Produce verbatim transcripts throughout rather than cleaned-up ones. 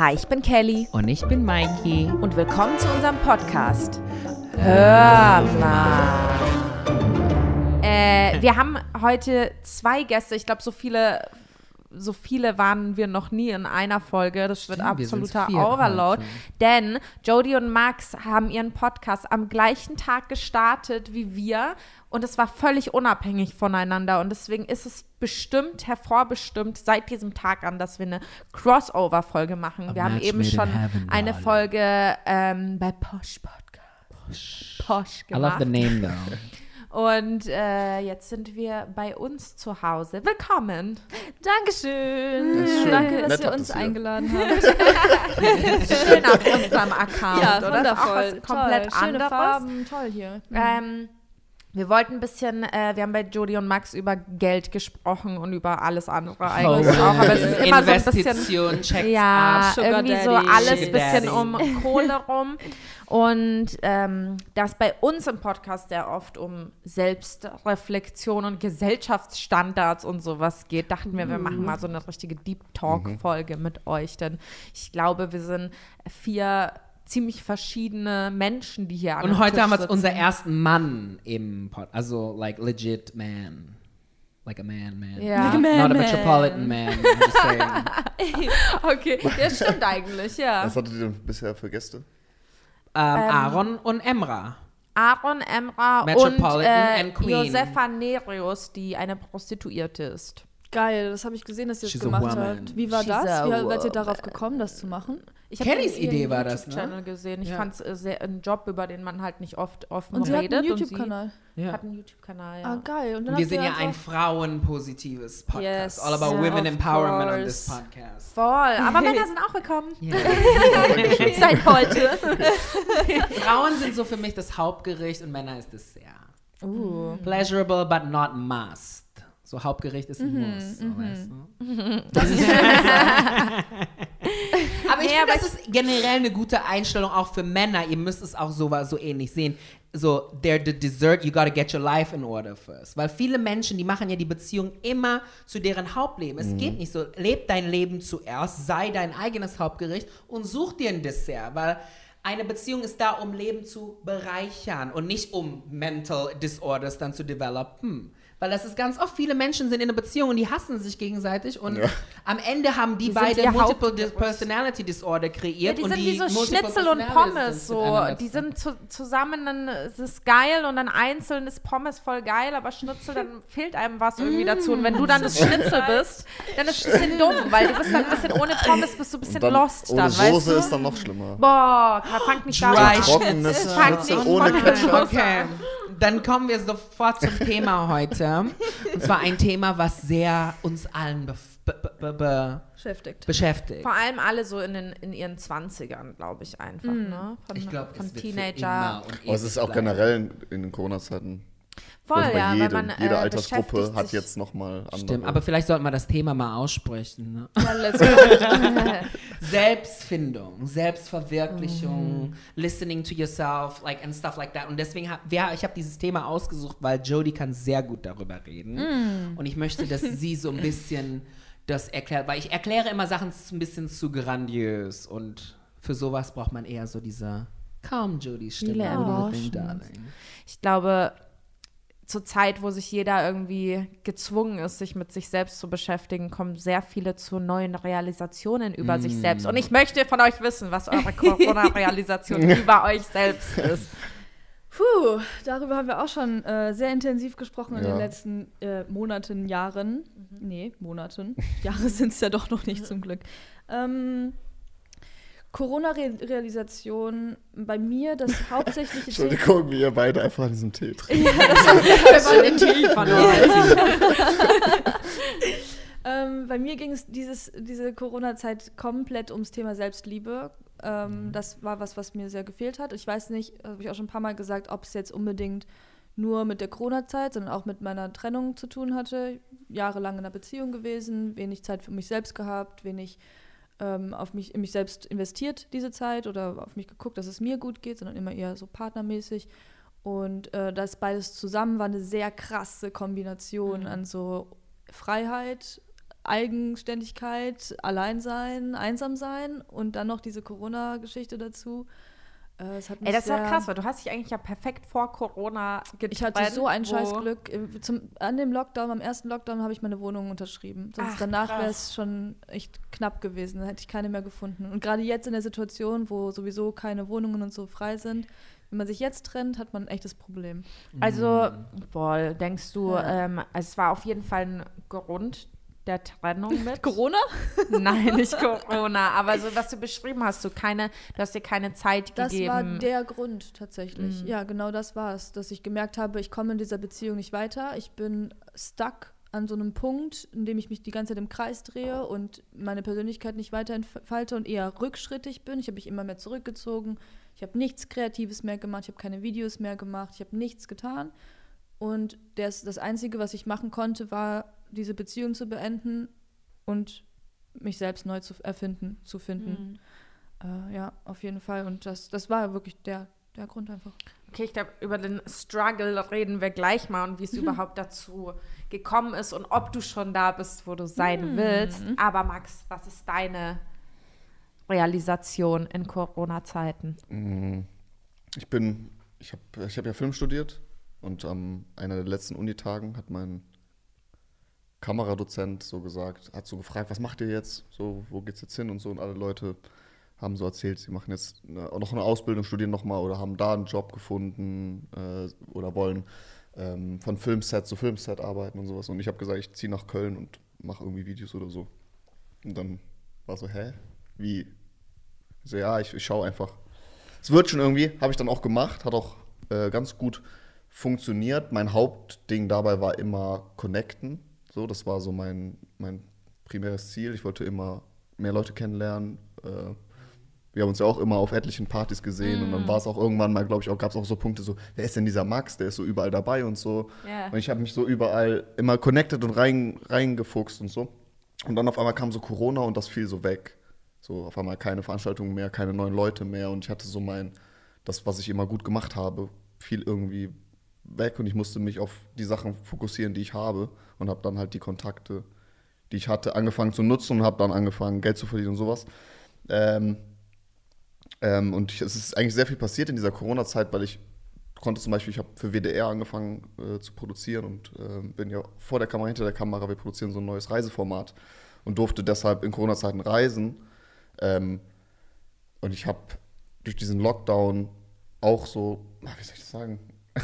Hi, ich bin Kelly. Und ich bin Maiki. Und willkommen zu unserem Podcast. Hör mal. Äh, wir haben heute zwei Gäste. Ich glaube, so viele, so viele waren wir noch nie in einer Folge. Das wird Stimmt, absoluter Overload. Denn Jody und Max haben ihren Podcast am gleichen Tag gestartet wie wir. Und es war völlig unabhängig voneinander. Und deswegen ist es bestimmt, hervorbestimmt seit diesem Tag an, dass wir eine Crossover-Folge machen. A wir haben eben schon heaven, eine darling. Folge ähm, bei Posh Podcast Posh. Posh gemacht. I love the name though. Und äh, jetzt sind wir bei uns zu Hause. Willkommen. Dankeschön. Das Danke, dass Nett ihr uns ihr. eingeladen habt. Schön auf unserem Account, Ja, oder? wundervoll. Das ist auch was komplett toll. Schöne anderes. Farben, toll hier. Ähm, wir wollten ein bisschen, äh, wir haben bei Jody und Max über Geld gesprochen und über alles andere eigentlich oh, auch. Aber es ist immer so ein bisschen, Investition, checks ja, ab. Sugar irgendwie so Daddy. alles Sugar bisschen Daddy. um Kohle rum. Und ähm, dass bei uns im Podcast sehr oft um Selbstreflexion und Gesellschaftsstandards und sowas geht, dachten wir, wir machen mal so eine richtige Deep Talk-Folge mit euch. Denn ich glaube, wir sind vier ziemlich verschiedene Menschen, die hier an Und dem heute Tisch haben wir sitzen. unseren ersten Mann im Pod, also like legit man. Like a man, man. Ja. Like a man, Not a man. metropolitan man, I'm just saying. Okay, das stimmt eigentlich, ja. Was hattet ihr denn bisher für Gäste? Ähm, Aaron und Emra. Aaron, Emra und Metropolitan äh, and Queen. Josefa Nereus, die eine Prostituierte ist. Geil, das habe ich gesehen, dass ihr She's das a gemacht woman. habt. Wie war She's das? a Wie seid ihr woman. darauf gekommen, das zu machen? Ich habe Kellys ihren Idee war das, ne? YouTube-Channel gesehen. Ich Ja. fand es äh, sehr ein Job, über den man halt nicht oft offen Und sie hat redet. einen YouTube-Kanal. Und sie Ja. hat einen YouTube-Kanal, ja. Ah, geil. Und dann Und wir habt sind ihr ja ein einfach- frauenpositives Podcast. Yes. All about Ja, women of empowerment on course. this podcast. Voll, aber Männer sind auch willkommen. Ja. Seit heute. Frauen sind so für mich das Hauptgericht und Männer ist Dessert. Uh. Pleasurable, but not must. So Hauptgericht ist ein Muss, so, weißt du? Aber ich Nee, finde, aber das ist generell eine gute Einstellung auch für Männer. Ihr müsst es auch so, so ähnlich sehen. So, they're the dessert, you gotta get your life in order first. Weil viele Menschen, die machen ja die Beziehung immer zu deren Hauptleben. Es geht nicht so, leb dein Leben zuerst, sei dein eigenes Hauptgericht und such dir ein Dessert, weil eine Beziehung ist da, um Leben zu bereichern und nicht um Mental Disorders dann zu developen. Weil das ist ganz oft, viele Menschen sind in einer Beziehung und die hassen sich gegenseitig und Ja. am Ende haben die, Die sind beide ihr Multiple Haupt- Personality Disorder Ja, kreiert. die und sind die wie so Multiple Schnitzel und Personalities Pommes. sind So. miteinander Die sind zu, zusammen, dann ist es geil und dann einzeln ist Pommes voll geil, aber Schnitzel, dann fehlt einem was irgendwie dazu. Und wenn du dann das Schnitzel bist, dann ist es ein bisschen dumm, weil du bist dann ein bisschen ohne Pommes, bist du ein bisschen Und dann lost ohne dann, Soße weißt du? ist dann noch schlimmer. Boah, fangt nicht Dry damit an. Trockenes Fang Schnitzel nicht ohne von- Ketchup. Okay, dann kommen wir sofort zum Thema heute. Und zwar ein Thema, was sehr uns allen bef- be- be- be- beschäftigt. beschäftigt. Vor allem alle so in, den, in ihren Zwanzigern, glaube ich einfach, ne? Von, Ich glaube, von es wird für Teenager. immer und Aber es ist auch ewig bleiben. generell in, in den Corona-Zeiten. Voll, Bei ja, jedem, weil man jede äh, Altersgruppe beschäftigt hat sich- jetzt nochmal andere. Stimmt, aber vielleicht sollten wir das Thema mal aussprechen. Ne? Ja, let's go. Selbstfindung, Selbstverwirklichung, Mhm. listening to yourself, like and stuff like that. Und deswegen habe ich habe dieses Thema ausgesucht, weil Jody kann sehr gut darüber reden. Mhm. Und ich möchte, dass sie so ein bisschen das erklärt, weil ich erkläre immer Sachen ein bisschen zu grandios und für sowas braucht man eher so diese calm Jody Stimme. Viele What do you Emotions. think, darling? Ich glaube, zur Zeit, wo sich jeder irgendwie gezwungen ist, sich mit sich selbst zu beschäftigen, kommen sehr viele zu neuen Realisationen über sich selbst. Und ich möchte von euch wissen, was eure Corona-Realisation über euch selbst ist. Puh, darüber haben wir auch schon äh, sehr intensiv gesprochen in Ja. den letzten äh, Monaten, Jahren. Nee, Monaten. Jahre sind es ja doch noch nicht zum Glück. Ähm, Corona-Realisation bei mir, das hauptsächliche Thema. Entschuldigung, wie ihr beide einfach an diesem Tee trinkt. Wir wollen den Tee von euch. Ähm, bei mir ging es dieses, diese Corona-Zeit komplett ums Thema Selbstliebe. Ähm, das war was, was mir sehr gefehlt hat. Ich weiß nicht, habe ich auch schon ein paar Mal gesagt, ob es jetzt unbedingt nur mit der Corona-Zeit, sondern auch mit meiner Trennung zu tun hatte. Jahrelang in einer Beziehung gewesen, wenig Zeit für mich selbst gehabt, wenig ähm, auf mich, in mich selbst investiert diese Zeit oder auf mich geguckt, dass es mir gut geht, sondern immer eher so partnermäßig. Und äh, das beides zusammen war eine sehr krasse Kombination Mhm. an so Freiheit, Eigenständigkeit, Alleinsein, einsam sein und dann noch diese Corona-Geschichte dazu. Äh, es hat mich Ey, das ist sehr, ja krass, weil du hast dich eigentlich ja perfekt vor Corona getrennt. Ich hatte so ein wo- Scheißglück. Zum, an dem Lockdown, am ersten Lockdown habe ich meine Wohnung unterschrieben. Sonst Ach, danach krass. wäre es schon echt knapp gewesen. Da hätte ich keine mehr gefunden. Und gerade jetzt in der Situation, wo sowieso keine Wohnungen und so frei sind, wenn man sich jetzt trennt, hat man ein echtes Problem. Also, wohl, denkst du, Ja. ähm, es war auf jeden Fall ein Grund der Trennung mit? Corona? Nein, nicht Corona, aber so, was du beschrieben hast, du keine, du hast dir keine Zeit Das gegeben. war der Grund tatsächlich. Mhm. Ja, genau das war es, dass ich gemerkt habe, ich komme in dieser Beziehung nicht weiter. Ich bin stuck an so einem Punkt, in dem ich mich die ganze Zeit im Kreis drehe und meine Persönlichkeit nicht weiter entfalte und eher rückschrittig bin. Ich habe mich immer mehr zurückgezogen. Ich habe nichts Kreatives mehr gemacht. Ich habe keine Videos mehr gemacht. Ich habe nichts getan. Und das, das Einzige, was ich machen konnte, war, diese Beziehung zu beenden und mich selbst neu zu erfinden, zu finden. Mhm. Äh, ja, auf jeden Fall. Und das, das war wirklich der, der Grund einfach. Okay, ich glaube, über den Struggle reden wir gleich mal und wie es überhaupt dazu gekommen ist und ob du schon da bist, wo du sein willst. Aber Max, was ist deine Realisation in Corona-Zeiten? Mm, Ich bin, ich habe ich hab ja Film studiert und an einer der letzten Unitagen hat mein Kameradozent so gesagt, hat so gefragt, was macht ihr jetzt? So, wo geht's jetzt hin und so, und alle Leute haben so erzählt, sie machen jetzt eine, noch eine Ausbildung, studieren nochmal oder haben da einen Job gefunden äh, oder wollen ähm, von Filmset zu Filmset arbeiten und sowas. Und ich habe gesagt, ich ziehe nach Köln und mache irgendwie Videos oder so. Und dann war so, hä? Wie? Ich so, ja, ich, ich schaue einfach. Es wird schon irgendwie, habe ich dann auch gemacht, hat auch äh, ganz gut funktioniert. Mein Hauptding dabei war immer connecten. So, das war so mein, mein primäres Ziel. Ich wollte immer mehr Leute kennenlernen. Äh, wir haben uns ja auch immer auf etlichen Partys gesehen mm. und dann war es auch irgendwann mal, glaube ich, auch gab es auch so Punkte so, wer ist denn dieser Max? Der ist so überall dabei und so. Yeah. Und ich habe mich so überall immer connected und rein, reingefuchst und so. Und dann auf einmal kam so Corona und das fiel so weg. So auf einmal keine Veranstaltungen mehr, keine neuen Leute mehr und ich hatte so mein, das, was ich immer gut gemacht habe, fiel irgendwie weg und ich musste mich auf die Sachen fokussieren, die ich habe und habe dann halt die Kontakte, die ich hatte, angefangen zu nutzen und habe dann angefangen, Geld zu verdienen und sowas. Ähm, ähm, und ich, es ist eigentlich sehr viel passiert in dieser Corona-Zeit, weil ich konnte zum Beispiel, ich habe für W D R angefangen äh, zu produzieren und äh, bin ja vor der Kamera, hinter der Kamera, wir produzieren so ein neues Reiseformat und durfte deshalb in Corona-Zeiten reisen. Ähm, und ich habe durch diesen Lockdown auch so, wie soll ich das sagen?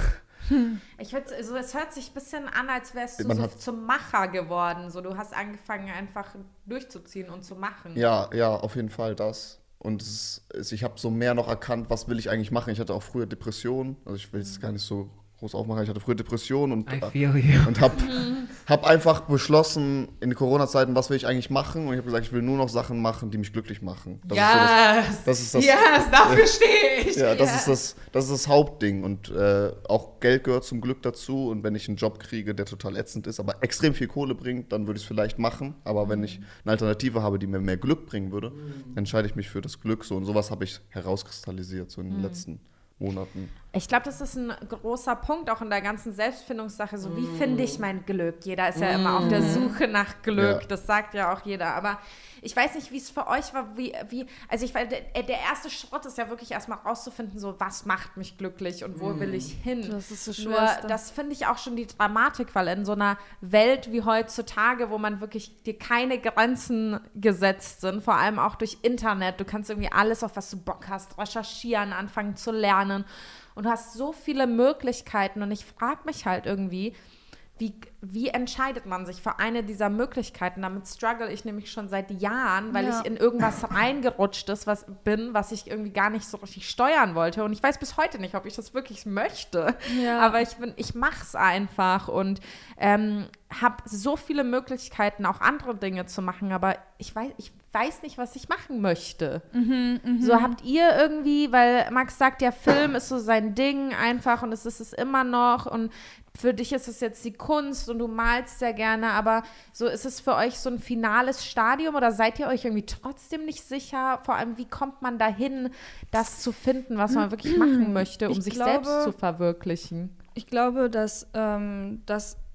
Ich würd, also es hört sich ein bisschen an, als wärst du Man so hat- zum Macher geworden. So, du hast angefangen, einfach durchzuziehen und zu machen. Ja, ja, auf jeden Fall das. Und es ist, es, ich habe so mehr noch erkannt, was will ich eigentlich machen. Ich hatte auch früher Depressionen, also ich will es gar nicht so groß aufmachen, ich hatte früher Depressionen und, I feel you. und habe hab einfach beschlossen, in Corona-Zeiten, was will ich eigentlich machen? Und ich habe gesagt, ich will nur noch Sachen machen, die mich glücklich machen. Das ist so das, Yes! das ist das- yes, dafür stehe ich! Ja, das, Yes. ist das, das ist das Hauptding und äh, auch Geld gehört zum Glück dazu und wenn ich einen Job kriege, der total ätzend ist, aber extrem viel Kohle bringt, dann würde ich es vielleicht machen, aber wenn ich eine Alternative habe, die mir mehr Glück bringen würde, dann entscheide ich mich für das Glück so und sowas habe ich herauskristallisiert so in den letzten Monaten. Ich glaube, das ist ein großer Punkt auch in der ganzen Selbstfindungssache. So, wie finde ich mein Glück? Jeder ist ja immer auf der Suche nach Glück. Ja. Das sagt ja auch jeder. Aber ich weiß nicht, wie es für euch war. Wie, wie, also ich weiß, der, der erste Schritt ist ja wirklich erstmal rauszufinden, so was macht mich glücklich und wo will ich hin? Das ist das Nur, Schwerste. das finde ich auch schon die Dramatik, weil in so einer Welt wie heutzutage, wo man wirklich dir keine Grenzen gesetzt sind, vor allem auch durch Internet, du kannst irgendwie alles, auf was du Bock hast, recherchieren, anfangen zu lernen. Und du hast so viele Möglichkeiten und ich frage mich halt irgendwie, wie, wie entscheidet man sich für eine dieser Möglichkeiten? Damit struggle ich nämlich schon seit Jahren, weil Ja. ich in irgendwas reingerutscht ist, was bin, was ich irgendwie gar nicht so richtig steuern wollte. Und ich weiß bis heute nicht, ob ich das wirklich möchte. Ja. Aber ich bin, ich mach's einfach und ähm, habe so viele Möglichkeiten, auch andere Dinge zu machen, aber ich weiß, ich weiß nicht, was ich machen möchte. So habt ihr irgendwie, weil Max sagt ja, Film ist so sein Ding einfach und es ist es immer noch und für dich ist es jetzt die Kunst und du malst sehr gerne, aber so ist es für euch so ein finales Stadium oder seid ihr euch irgendwie trotzdem nicht sicher? Vor allem, wie kommt man dahin, das zu finden, was man wirklich machen möchte, um Ich sich glaube- selbst zu verwirklichen? Ich glaube, dass ähm, das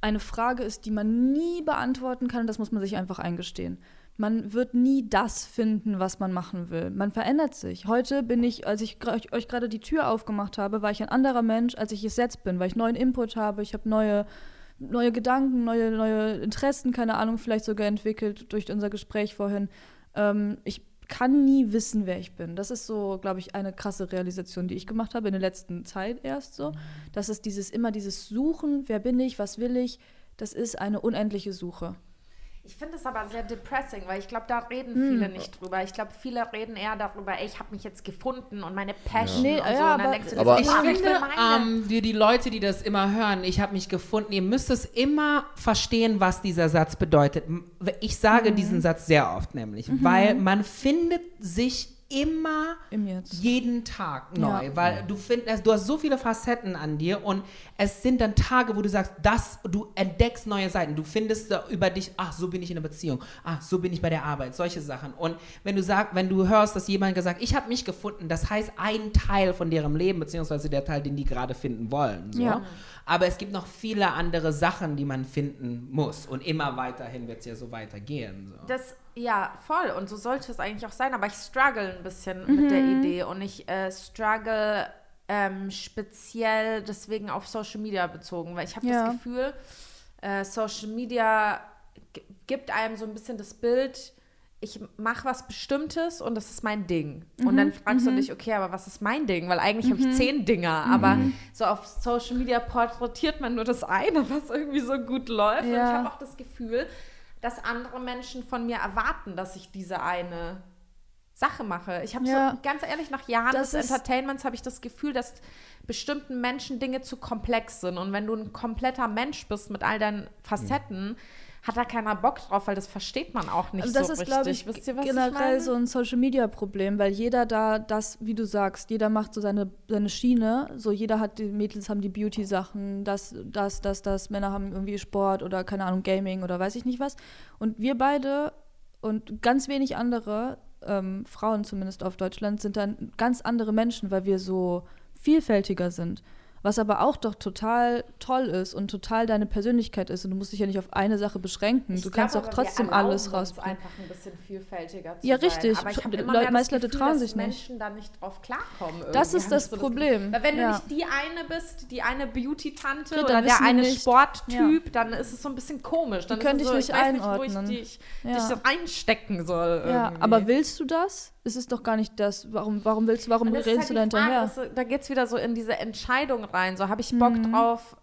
eine Frage ist, die man nie beantworten kann. Das muss man sich einfach eingestehen. Man wird nie das finden, was man machen will. Man verändert sich. Heute bin ich, als ich euch gerade die Tür aufgemacht habe, war ich ein anderer Mensch, als ich es jetzt bin, weil ich neuen Input habe. Ich habe neue, neue Gedanken, neue, neue Interessen, keine Ahnung, vielleicht sogar entwickelt durch unser Gespräch vorhin. Ähm, ich kann nie wissen, wer ich bin. Das ist so, glaube ich, eine krasse Realisation, die ich gemacht habe in der letzten Zeit erst so. Das ist dieses immer dieses Suchen, wer bin ich, was will ich, das ist eine unendliche Suche. Ich finde es aber sehr depressing, weil ich glaube, da reden viele hm. nicht drüber. Ich glaube, viele reden eher darüber, ey, ich habe mich jetzt gefunden und meine Passion ja. nee, und so. ja, und dann aber, denkst du, aber ich ich finde, finde, ähm, die, die Leute, die das immer hören, ich habe mich gefunden, ihr müsst es immer verstehen, was dieser Satz bedeutet. Ich sage mhm. diesen Satz sehr oft nämlich, mhm. weil man findet sich immer jeden Tag neu, ja. weil du findest, du hast so viele Facetten an dir und es sind dann Tage, wo du sagst, das, du entdeckst neue Seiten, du findest über dich, ach, so bin ich in einer Beziehung, ach, so bin ich bei der Arbeit, solche Sachen. Und wenn du sagst, wenn du hörst, dass jemand gesagt, ich habe mich gefunden, das heißt ein Teil von deren Leben, beziehungsweise der Teil, den die gerade finden wollen. So. Ja. Aber es gibt noch viele andere Sachen, die man finden muss und immer weiterhin wird es ja so weitergehen. So. Das Ja, voll. Und so sollte es eigentlich auch sein. Aber ich struggle ein bisschen mhm. mit der Idee. Und ich äh, struggle ähm, speziell deswegen auf Social Media bezogen. Weil ich habe ja. das Gefühl, äh, Social Media g- gibt einem so ein bisschen das Bild, ich mache was Bestimmtes und das ist mein Ding. Mhm. Und dann fragst mhm. du dich, okay, aber was ist mein Ding? Weil eigentlich mhm. habe ich zehn Dinger. Mhm. Aber so auf Social Media porträtiert man nur das eine, was irgendwie so gut läuft. Ja. Und ich habe auch das Gefühl, dass andere Menschen von mir erwarten, dass ich diese eine Sache mache. Ich habe ja. so, ganz ehrlich, nach Jahren das des Entertainments habe ich das Gefühl, dass bestimmten Menschen Dinge zu komplex sind. Und wenn du ein kompletter Mensch bist mit all deinen Facetten, mhm. hat da keiner Bock drauf, weil das versteht man auch nicht also das so ist, richtig. Das ist, glaube ich, generell so ein Social-Media-Problem, weil jeder da das, wie du sagst, jeder macht so seine, seine Schiene, so jeder hat, die Mädels haben die Beauty-Sachen, das, das, das, das, Männer haben irgendwie Sport oder, keine Ahnung, Gaming oder weiß ich nicht was. Und wir beide und ganz wenig andere, ähm, Frauen zumindest auf Deutschland, sind dann ganz andere Menschen, weil wir so vielfältiger sind. Was aber auch doch total toll ist und total deine Persönlichkeit ist. Und du musst dich ja nicht auf eine Sache beschränken. Ich du kannst auch trotzdem alles rausbringen. Einfach ein bisschen vielfältiger zu ja, richtig. sein. Aber ich habe immer Le- mehr meist das Leute Gefühl, trauen dass sich Menschen nicht. da nicht drauf klarkommen. Irgendwie. Das ist das so Problem. Das, weil wenn du ja. nicht die eine bist, die eine Beauty-Tante okay, oder der eine nicht. Sporttyp, ja. dann ist es so ein bisschen komisch. Dann die können dich so, nicht ich weiß einordnen. nicht, wo ich dich, ja. dich reinstecken soll. Ja, irgendwie. aber willst du das? Es ist doch gar nicht das. Warum, warum willst du, warum redest halt du da hinterher? Frage, das, da geht es wieder so in diese Entscheidung rein. So, habe ich Bock mhm. drauf,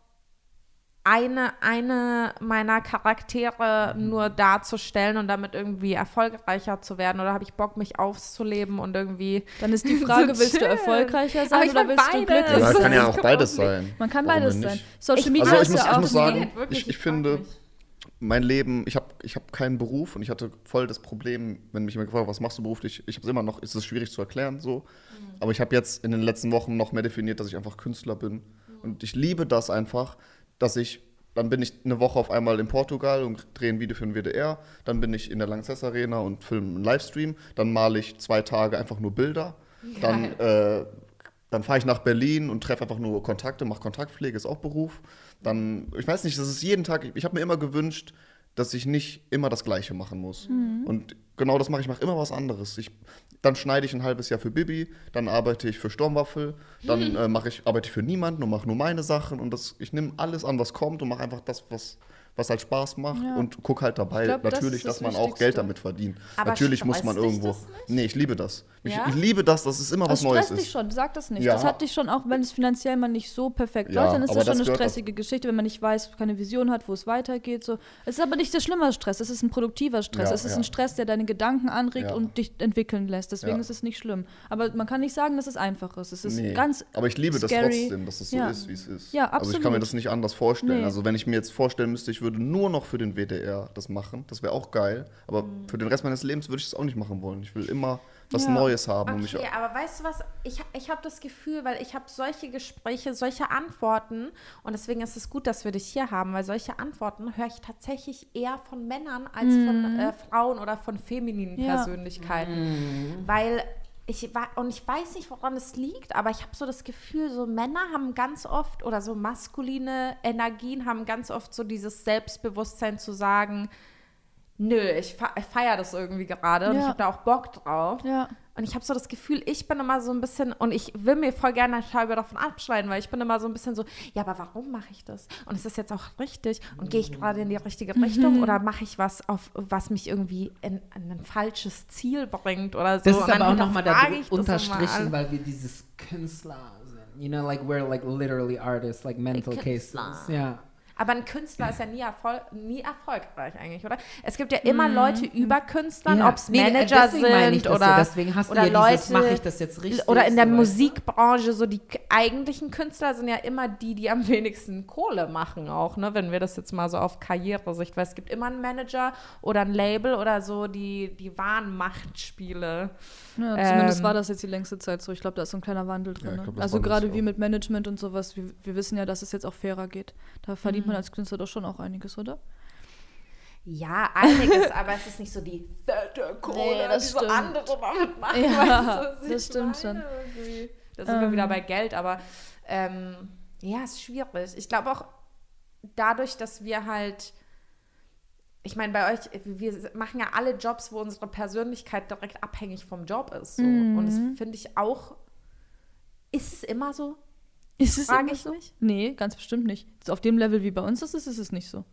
eine, eine meiner Charaktere nur darzustellen und damit irgendwie erfolgreicher zu werden? Oder habe ich Bock, mich auszuleben und irgendwie Dann ist die Frage, willst du erfolgreicher sein oder willst du glücklich sein? Ja, kann ja auch beides sein. Man kann Warum beides sein. Social Media also ich ist muss, ja ich auch muss sagen, ich, ich finde, mein Leben, ich habe ich hab keinen Beruf und ich hatte voll das Problem, wenn mich jemand gefragt hat, was machst du beruflich? Ich habe es immer noch, ist es schwierig zu erklären so. Mhm. Aber ich habe jetzt in den letzten Wochen noch mehr definiert, dass ich einfach Künstler bin. Mhm. Und ich liebe das einfach, dass ich, dann bin ich eine Woche auf einmal in Portugal und drehe ein Video für den W D R, dann bin ich in der Lanxess Arena und filme einen Livestream, dann male ich zwei Tage einfach nur Bilder, Geil. dann, äh, dann fahre ich nach Berlin und treffe einfach nur Kontakte, mache Kontaktpflege, ist auch Beruf. Dann, ich weiß nicht, das ist jeden Tag, ich habe mir immer gewünscht, dass ich nicht immer das Gleiche machen muss. Mhm. Und genau das mache ich, mache immer was anderes. Ich, dann schneide ich ein halbes Jahr für Bibi, dann arbeite ich für Sturmwaffel, dann äh, mache ich, arbeite ich für niemanden und mache nur meine Sachen. Und das, ich nehme alles an, was kommt und mache einfach das, was, was halt Spaß macht ja. und guck halt dabei glaub, natürlich, das dass man auch Geld damit verdient. Aber natürlich muss man irgendwo. Das nicht? Nee, ich liebe das. Ich, ja? ich liebe das, dass es immer was das Neues stresst ist. dich schon, sag das nicht. Ja. Das hat dich schon, auch wenn es finanziell mal nicht so perfekt Ja, läuft, dann ist aber das schon das eine gehört stressige Geschichte, wenn man nicht weiß, keine Vision hat, wo es weitergeht. So. Es ist aber nicht der schlimme Stress, es ist ein produktiver Stress. Ja, es ist ja. ein Stress, der deine Gedanken anregt Ja. und dich entwickeln lässt. Deswegen Ja. ist es nicht schlimm. Aber man kann nicht sagen, dass es einfach ist. Es ist Nee. ganz Aber ich liebe das scary. trotzdem, dass es so Ja. ist, wie es ist. Ja, Also ich kann mir absolut. das nicht anders vorstellen. Nee. Also wenn ich mir jetzt vorstellen müsste, ich würde nur noch für den W D R das machen, das wäre auch geil. Aber Mhm. für den Rest meines Lebens würde ich es auch nicht machen wollen. Ich will immer was Ja. Neues haben. Und mich Okay, aber weißt du was, ich, ich habe das Gefühl, weil ich habe solche Gespräche, solche Antworten und deswegen ist es gut, dass wir dich hier haben, weil solche Antworten höre ich tatsächlich eher von Männern als Mhm. von äh, Frauen oder von femininen Ja. Persönlichkeiten. Weil ich war, und ich weiß nicht, woran es liegt, aber ich habe so das Gefühl, so Männer haben ganz oft, oder so maskuline Energien haben ganz oft so dieses Selbstbewusstsein zu sagen, nö, ich, fe- ich feiere das irgendwie gerade und Ja. ich habe da auch Bock drauf. Ja. Und ich habe so das Gefühl, ich bin immer so ein bisschen, und ich will mir voll gerne eine Scheibe davon abschneiden, weil ich bin immer so ein bisschen so, ja, aber warum mache ich das? Und ist das jetzt auch richtig? Und gehe ich gerade in die richtige Richtung? Oder mache ich was, auf was mich irgendwie in, in ein falsches Ziel bringt oder so? Das Und ist dann aber auch nochmal da hinterfrage ich das unterstrichen, immer. weil wir dieses Künstler sind. You know, like we're like literally artists, like mental Künstler. cases. Ja. Aber ein Künstler ist ja nie, Erfol- nie erfolgreich eigentlich, oder? Es gibt ja immer Leute über Künstlern, Ja. ob es Nee, Manager deswegen meine ich sind das oder, so. Deswegen hast du oder ja Leute, dieses, mache ich das jetzt richtig? oder in der so, weißt du? Musikbranche, so die k- eigentlichen Künstler sind ja immer die, die am wenigsten Kohle machen auch, ne? Wenn wir das jetzt mal so auf Karrieresicht, weil es gibt immer einen Manager oder ein Label oder so, die, die wahren Machtspiele. Ja, zumindest Ähm, war das jetzt die längste Zeit so. Ich glaube, da ist so ein kleiner Wandel drin. Ja, ich ne? glaub, das Also wandelt gerade sich wie auch. mit Management und sowas, wir, wir wissen ja, dass es jetzt auch fairer geht. Da verdient man als Künstler doch schon auch einiges, oder? Ja, einiges, aber es ist nicht so die fette Kohle, Nee, das die so stimmt. andere damit machen. Ja, weißt du, was ich das stimmt schon. meine? Irgendwie. Da sind wir Ähm. wieder bei Geld, aber ähm, ja, ist schwierig. Ich glaube auch dadurch, dass wir halt, ich meine, bei euch, wir machen ja alle Jobs, wo unsere Persönlichkeit direkt abhängig vom Job ist. So. Mhm. Und das finde ich auch, ist es immer so? Ist es Frage immer ich so? mich. Nee, ganz bestimmt nicht. So auf dem Level wie bei uns ist es, ist es nicht so.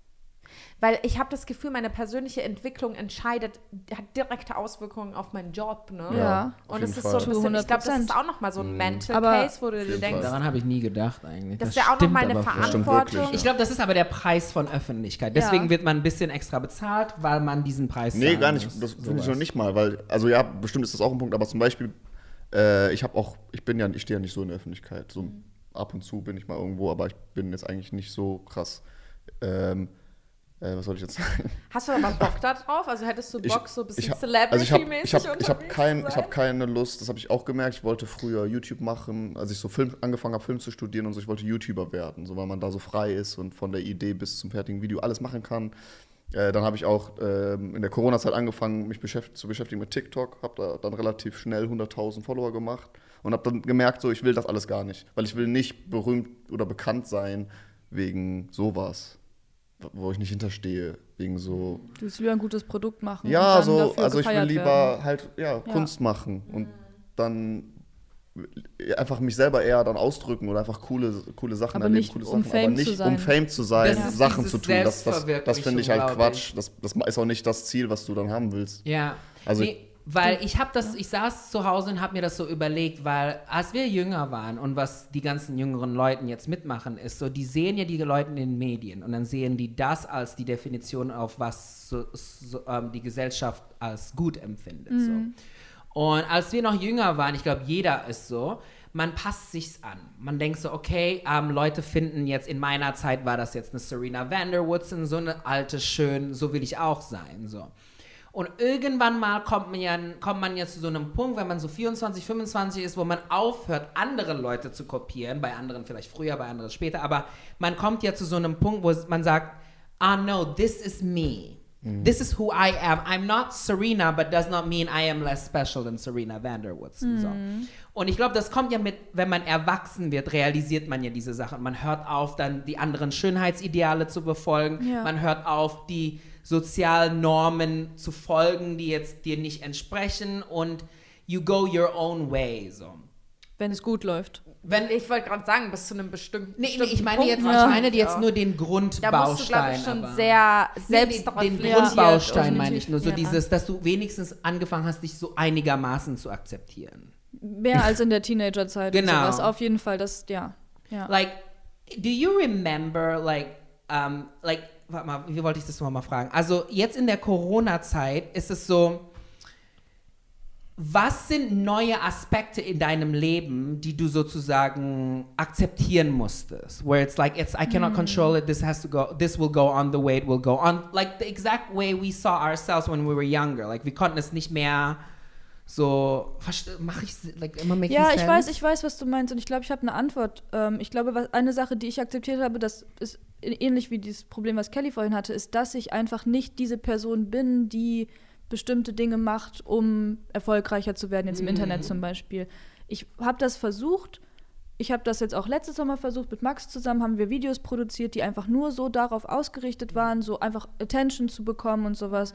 Weil ich habe das Gefühl, meine persönliche Entwicklung entscheidet, hat direkte Auswirkungen auf meinen Job, ne? Ja. auf Und jeden es ist Fall. so ein bisschen, ich glaube, das hundert Prozent. ist auch nochmal so ein Mental Aber- Case, wo du dir jeden denkst, Fall. Daran habe ich nie gedacht eigentlich. das ist ja auch stimmt nochmal eine aber voll. Das stimmt Verantwortung. wirklich, Ich glaube, das ist aber der Preis von Öffentlichkeit. Deswegen Ja. wird man ein bisschen extra bezahlt, weil man diesen Preis Nee, zahlen gar nicht. muss. Das finde ich Sowas. noch nicht mal, weil, also ja, bestimmt ist das auch ein Punkt, aber zum Beispiel, äh, ich habe auch, ich bin ja, ich stehe ja nicht so in der Öffentlichkeit. So ab und zu bin ich mal irgendwo, aber ich bin jetzt eigentlich nicht so krass. Ähm, äh, was soll ich jetzt sagen? Hast du aber Bock da drauf? Also hättest du Bock, so ein bisschen ich hab- also ich habe Celebrity-mäßig ich hab, ich hab unterwegs kein, zu ich sein? hab keine Lust, das habe ich auch gemerkt, ich wollte früher YouTube machen, als ich so Film angefangen habe, Film zu studieren und so, ich wollte YouTuber werden, so weil man da so frei ist und von der Idee bis zum fertigen Video alles machen kann. Äh, dann habe ich auch ähm, in der Corona-Zeit angefangen, mich beschäft- zu beschäftigen mit TikTok, habe da dann relativ schnell hunderttausend Follower gemacht und habe dann gemerkt, so ich will das alles gar nicht, weil ich will nicht berühmt oder bekannt sein wegen sowas, wo ich nicht hinterstehe, wegen so. Du willst lieber ein gutes Produkt machen. Ja, und dann so, dafür also ich will gefeiert lieber werden. halt ja, Kunst machen und dann einfach mich selber eher dann ausdrücken oder einfach coole, coole Sachen Aber erleben, nicht, coole um Sachen, Fame aber zu nicht sein. um Fame zu sein, Das ist Sachen dieses zu tun. Das, das, das finde ich halt Selbstverwirklichung, Quatsch. glaub Das, das ist auch nicht das Ziel, was du dann haben willst. Ja. Also nee, weil ich habe das, ich saß zu Hause und habe mir das so überlegt, weil als wir jünger waren und was die ganzen jüngeren Leuten jetzt mitmachen, ist so, die sehen ja die Leute in den Medien und dann sehen die das als die Definition auf was so, so, ähm, die Gesellschaft als gut empfindet. So. Und als wir noch jünger waren, ich glaube, jeder ist so, man passt sich's an. Man denkt so, okay, ähm, Leute finden jetzt, in meiner Zeit war das jetzt eine Serena Vanderwoodson, so eine alte, schön, so will ich auch sein, so. Und irgendwann mal kommt man, ja, kommt man ja zu so einem Punkt, wenn man so vierundzwanzig, fünfundzwanzig ist, wo man aufhört, andere Leute zu kopieren, bei anderen vielleicht früher, bei anderen später, aber man kommt ja zu so einem Punkt, wo man sagt, ah no, this is me. This is who I am. I'm not Serena, but does not mean I am less special than Serena Vanderwoodson. So. Und ich glaube, das kommt ja mit, wenn man erwachsen wird, realisiert man ja diese Sachen. Man hört auf, dann die anderen Schönheitsideale zu befolgen. Ja. Man hört auf, die sozialen Normen zu folgen, die jetzt dir nicht entsprechen. Und you go your own way. So. Wenn es gut läuft. Wenn, ich wollte gerade sagen, bis zu einem bestimmten Nee, nee, ich meine Punkt jetzt, ich wahrscheinlich, meine jetzt ja. nur den Da musst du, glaube Grundbaustein. ich, schon aber- sehr Nee, den, selbstreflektiert. den Grundbaustein und- meine ich nur, so Ja. dieses, dass du wenigstens angefangen hast, dich so einigermaßen zu akzeptieren. Mehr als in der Teenagerzeit. Genau. Und sowas. Auf jeden Fall, das, ja. ja. Like, do you remember, like, um, like, warte mal, wie wollte ich das nochmal fragen? Also jetzt in der Corona-Zeit ist es so, was sind neue Aspekte in deinem Leben, die du sozusagen akzeptieren musstest? Where it's like, it's I cannot control it, this has to go, this will go on the way it will go on. Like the exact way we saw ourselves when we were younger. Like wir konnten es nicht mehr so, mache ich, like, immer making Ja, sense? ich weiß, ich weiß, was du meinst und ich glaube, ich habe eine Antwort. Ähm, ich glaube, was, eine Sache, die ich akzeptiert habe, das ist ähnlich wie dieses Problem, was Kelly vorhin hatte, ist, dass ich einfach nicht diese Person bin, die bestimmte Dinge macht, um erfolgreicher zu werden, jetzt im Mhm. Internet zum Beispiel. Ich habe das versucht, ich habe das jetzt auch letztes Sommer versucht, mit Max zusammen haben wir Videos produziert, die einfach nur so darauf ausgerichtet waren, so einfach Attention zu bekommen und sowas.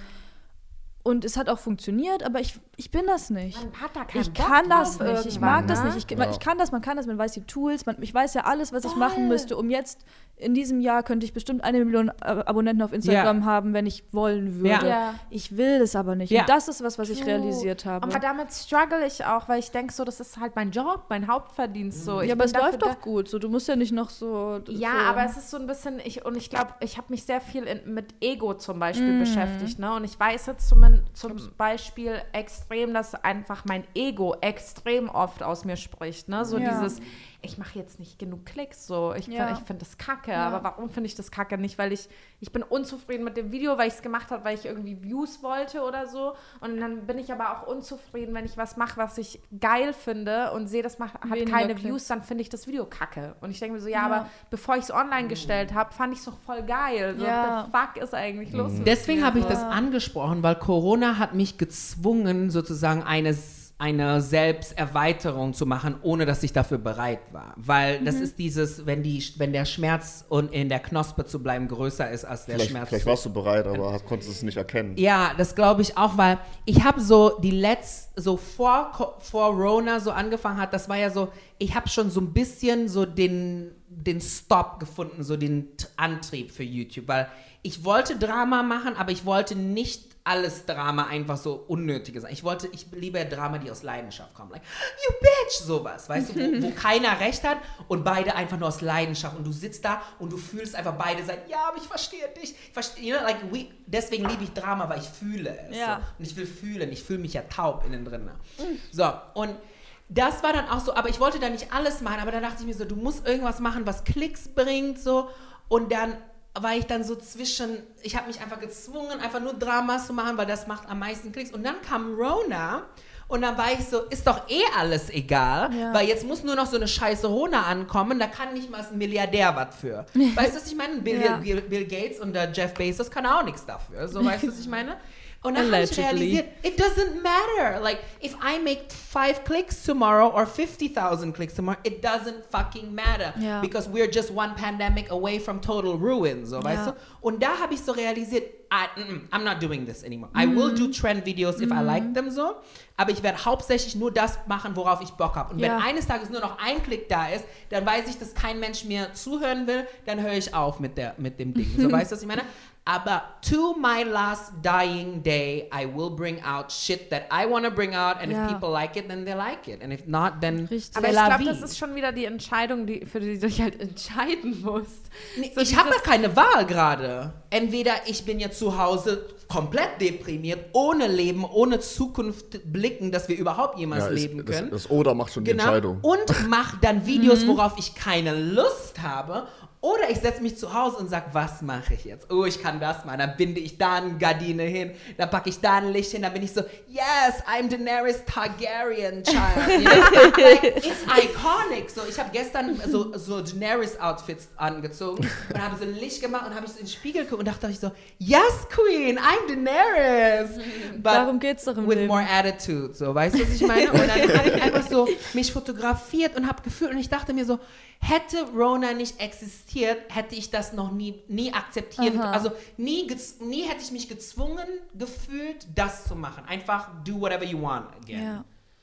Und es hat auch funktioniert, aber ich, ich bin das nicht. Man hat da keinen Ich Bock kann das drauf nicht. Ich irgendwann, mag das ne? nicht. Ich, Ja. ich kann das, man kann das, man weiß die Tools, man, ich weiß ja alles, was ich Voll. machen müsste, um jetzt in diesem Jahr könnte ich bestimmt eine Million Ab- Abonnenten auf Instagram Ja. haben, wenn ich wollen würde. Ja. Ich will das aber nicht. Ja. Und das ist was, was ich True. realisiert habe. Aber damit struggle ich auch, weil ich denke so, das ist halt mein Job, mein Hauptverdienst. So. Ich ja, aber bin es dafür läuft da- doch gut. So, du musst ja nicht noch so. Ja, so. aber es ist so ein bisschen, ich, und ich glaube, ich habe mich sehr viel in, mit Ego zum Beispiel Mhm. beschäftigt, ne? Und ich weiß jetzt zum, zum Beispiel extrem, dass einfach mein Ego extrem oft aus mir spricht, ne? So Ja. dieses, ich mache jetzt nicht genug Klicks, so, ich, Ja. find- ich finde das kacke, Ja. aber warum finde ich das kacke? Nicht, weil ich, ich bin unzufrieden mit dem Video, weil ich es gemacht habe, weil ich irgendwie Views wollte oder so, und dann bin ich aber auch unzufrieden, wenn ich was mache, was ich geil finde und sehe, das macht, hat Weniger keine Klicks. Views, dann finde ich das Video kacke. Und ich denke mir so, ja, Ja. aber bevor ich es online gestellt habe, fand ich es doch voll geil. So, Ja. the fuck ist eigentlich los mit Deswegen mir? habe ich so. das angesprochen, weil Corona hat mich gezwungen, sozusagen eine, eine Selbsterweiterung zu machen, ohne dass ich dafür bereit war. Weil das ist dieses, wenn, die, wenn der Schmerz und in der Knospe zu bleiben größer ist als der Vielleicht, Schmerz. vielleicht warst du bereit, aber hast, konntest es nicht erkennen. Ja, das glaube ich auch, weil ich habe so die letzte, so vor, Co- vor Rona so angefangen hat, das war ja so, ich habe schon so ein bisschen so den, den Stop gefunden, so den T- Antrieb für YouTube, weil ich wollte Drama machen, aber ich wollte nicht alles Drama einfach so unnötiges sein. Ich wollte, ich liebe Drama, die aus Leidenschaft kommen. Like, you bitch, sowas, weißt du, wo, wo keiner recht hat und beide einfach nur aus Leidenschaft und du sitzt da und du fühlst einfach beide sagen, ja, aber ich verstehe dich. Ich verstehe, you know, like we, deswegen liebe ich Drama, weil ich fühle es. Ja. So. Und ich will fühlen, ich fühle mich ja taub innen drin. So, und das war dann auch so, aber ich wollte da nicht alles machen, aber dann dachte ich mir so, du musst irgendwas machen, was Klicks bringt, so, und dann war ich dann so zwischen, ich habe mich einfach gezwungen, einfach nur Dramas zu machen, weil das macht am meisten Klicks. Und dann kam Rona und dann war ich so, ist doch eh alles egal, Ja. weil jetzt muss nur noch so eine scheiße Rona ankommen, da kann nicht mal ein Milliardär was für. Weißt du, was ich meine? Bill, Ja. Bill, Bill Gates und der Jeff Bezos kann auch nichts dafür. So, weißt du, was ich meine? Und dann habe ich Allegedly. realisiert, it doesn't matter. Like, if I make five clicks tomorrow or fifty thousand clicks tomorrow, it doesn't fucking matter. Ja. Because we're just one pandemic away from total ruin, so, weißt Ja. du? Und da habe ich so realisiert, I, mm, I'm not doing this anymore. I will do trend videos if I like them so, aber ich werde hauptsächlich nur das machen, worauf ich Bock habe. Und Ja. wenn eines Tages nur noch ein Klick da ist, dann weiß ich, dass kein Mensch mir zuhören will, dann höre ich auf mit, der, mit dem Ding. So, weißt du, was ich meine? Aber to my last dying day, I will bring out shit that I want to bring out, and Ja. if people like it, then they like it. And if not, then Richtig. Aber c'est ich la glaube, vie. das ist schon wieder die Entscheidung, die, für die du dich halt entscheiden musst. Nee, So ich habe ja dieses- keine Wahl gerade. Entweder ich bin jetzt zu Hause komplett deprimiert, ohne Leben, ohne Zukunft blicken, dass wir überhaupt jemals Ja, ist- leben das, können. das Oder macht schon die Genau. Entscheidung. Und mach dann Videos, worauf ich keine Lust habe. Oder ich setze mich zu Hause und sage, was mache ich jetzt? Oh, ich kann das machen. Dann binde ich da eine Gardine hin, dann packe ich da ein Licht hin, dann bin ich so, yes, I'm Daenerys Targaryen child. You know? Like, it's iconic. So, ich habe gestern so, so Daenerys-Outfits angezogen und habe so ein Licht gemacht und habe ich so in den Spiegel geguckt und dachte ich so, yes, Queen, I'm Daenerys. But Darum geht's doch im with Leben. more attitude, so, weißt du, was ich meine? Und dann habe ich einfach so mich fotografiert und habe gefühlt und ich dachte mir so, hätte Rona nicht existiert, hätte ich das noch nie, nie akzeptieren können. Aha. Also nie, gez- nie hätte ich mich gezwungen gefühlt, das zu machen. Einfach do whatever you want again. Ja.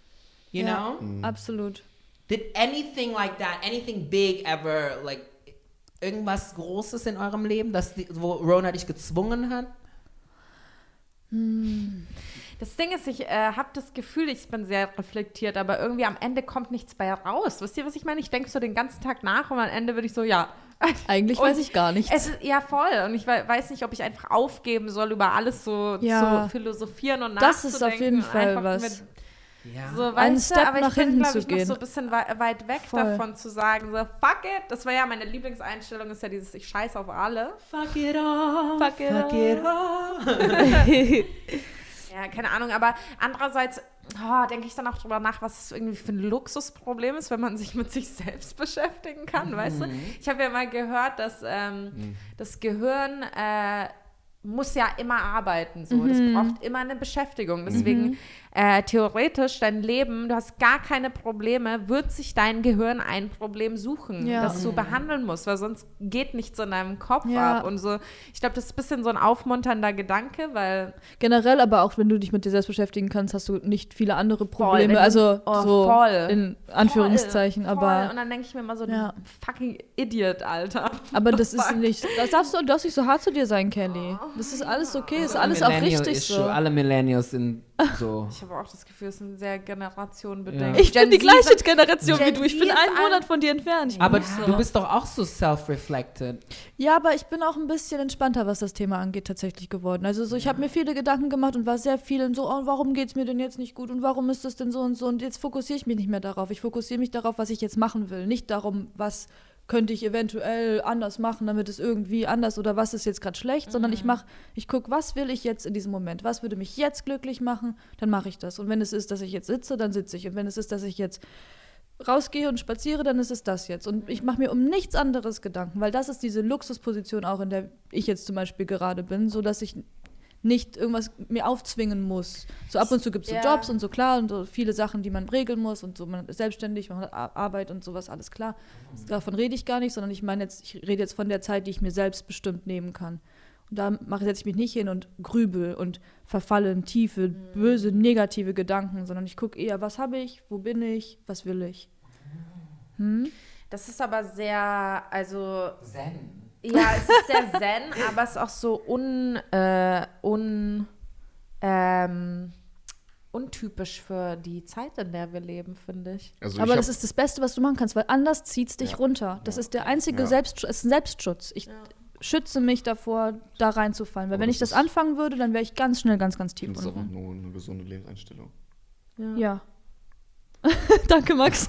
You Ja, know? absolut. Did anything like that, anything big ever, like irgendwas Großes in eurem Leben, das, die- wo Rona dich gezwungen hat? Das Ding ist, ich äh, habe das Gefühl, ich bin sehr reflektiert, aber irgendwie am Ende kommt nichts bei raus. Wisst ihr, was ich meine? Ich denke so den ganzen Tag nach und am Ende bin ich so, ja. Eigentlich Und weiß ich gar nichts. Es ist, ja, voll. Und ich we- weiß nicht, ob ich einfach aufgeben soll, über alles so Ja. zu philosophieren und Das nachzudenken. ist auf jeden und Fall einfach was. Mit, Ja. so, Einen weißt du, Step aber nach ich bin, hinten glaub zu ich, noch gehen. so ein bisschen wei- weit weg Voll. davon zu sagen, so, fuck it. Das war ja meine Lieblingseinstellung, ist ja dieses, ich scheiß auf alle. Fuck it off, Fuck it fuck off. it off. Ja, keine Ahnung, aber andererseits oh, denke ich dann auch drüber nach, was es irgendwie für ein Luxusproblem ist, wenn man sich mit sich selbst beschäftigen kann, weißt du? Ich habe ja mal gehört, dass ähm, das Gehirn äh, muss ja immer arbeiten, so. Das braucht immer eine Beschäftigung. Deswegen mhm. äh, theoretisch dein Leben, du hast gar keine Probleme, wird sich dein Gehirn ein Problem suchen, ja. das du behandeln musst, weil sonst geht nichts in deinem Kopf ja. ab und so. Ich glaube, das ist ein bisschen so ein aufmunternder Gedanke, weil generell, aber auch wenn du dich mit dir selbst beschäftigen kannst, hast du nicht viele andere Probleme, voll, also oh, so voll. in Anführungszeichen, voll, aber voll. Und dann denke ich mir immer so, ja. du fucking Idiot, Alter. Aber das ist nicht, das darfst du, du darfst nicht so hart zu dir sein, Kelly. Das ist alles okay, ist alles auch richtig so. Alle Millennials sind so. Ich habe auch das Gefühl, es sind sehr generationenbedingt. Ja. Ich bin die Gen gleiche sind, Generation Gen wie du. Ich Z bin ist einen ein- Monat von dir entfernt. Ich Aber bin so. du bist doch auch so self-reflected. Ja, aber ich bin auch ein bisschen entspannter, was das Thema angeht, tatsächlich geworden. Also so, ich habe mir viele Gedanken gemacht und war sehr viel in so, oh, warum geht es mir denn jetzt nicht gut und warum ist das denn so und so und jetzt fokussiere ich mich nicht mehr darauf. Ich fokussiere mich darauf, was ich jetzt machen will, nicht darum, was könnte ich eventuell anders machen, damit es irgendwie anders oder was ist jetzt gerade schlecht, mhm. sondern ich mache, ich gucke, was will ich jetzt in diesem Moment, was würde mich jetzt glücklich machen, dann mache ich das. Und wenn es ist, dass ich jetzt sitze, dann sitze ich. Und wenn es ist, dass ich jetzt rausgehe und spaziere, dann ist es das jetzt. Und ich mache mir um nichts anderes Gedanken, weil das ist diese Luxusposition auch, in der ich jetzt zum Beispiel gerade bin, so dass ich nicht irgendwas mir aufzwingen muss. So ab und zu gibt es so Ja. Jobs und so, klar, und so viele Sachen, die man regeln muss und so, man ist selbstständig, man hat Ar- Arbeit und sowas, alles klar. Davon rede ich gar nicht, sondern ich meine jetzt, ich rede jetzt von der Zeit, die ich mir selbstbestimmt nehmen kann. Und da mache, setze ich mich nicht hin und grübel und verfalle in tiefe, böse, negative Gedanken, sondern ich gucke eher, was habe ich, wo bin ich, was will ich. Hm? Das ist aber sehr, also Zen. ja, es ist sehr zen, aber es ist auch so un, äh, un, ähm, untypisch für die Zeit, in der wir leben, finde ich. Also Aber ich das hab- ist das Beste, was du machen kannst, weil anders zieht es dich Ja. runter. Das ist der einzige Ja. Selbstschutz, es ist ein Selbstschutz. Ich schütze mich davor, da reinzufallen. Weil Aber wenn das ich das ist- anfangen würde, dann wäre ich ganz schnell ganz, ganz Ich tief finde es einfach unten. nur eine gesunde Lebenseinstellung. Ja. Danke, Max.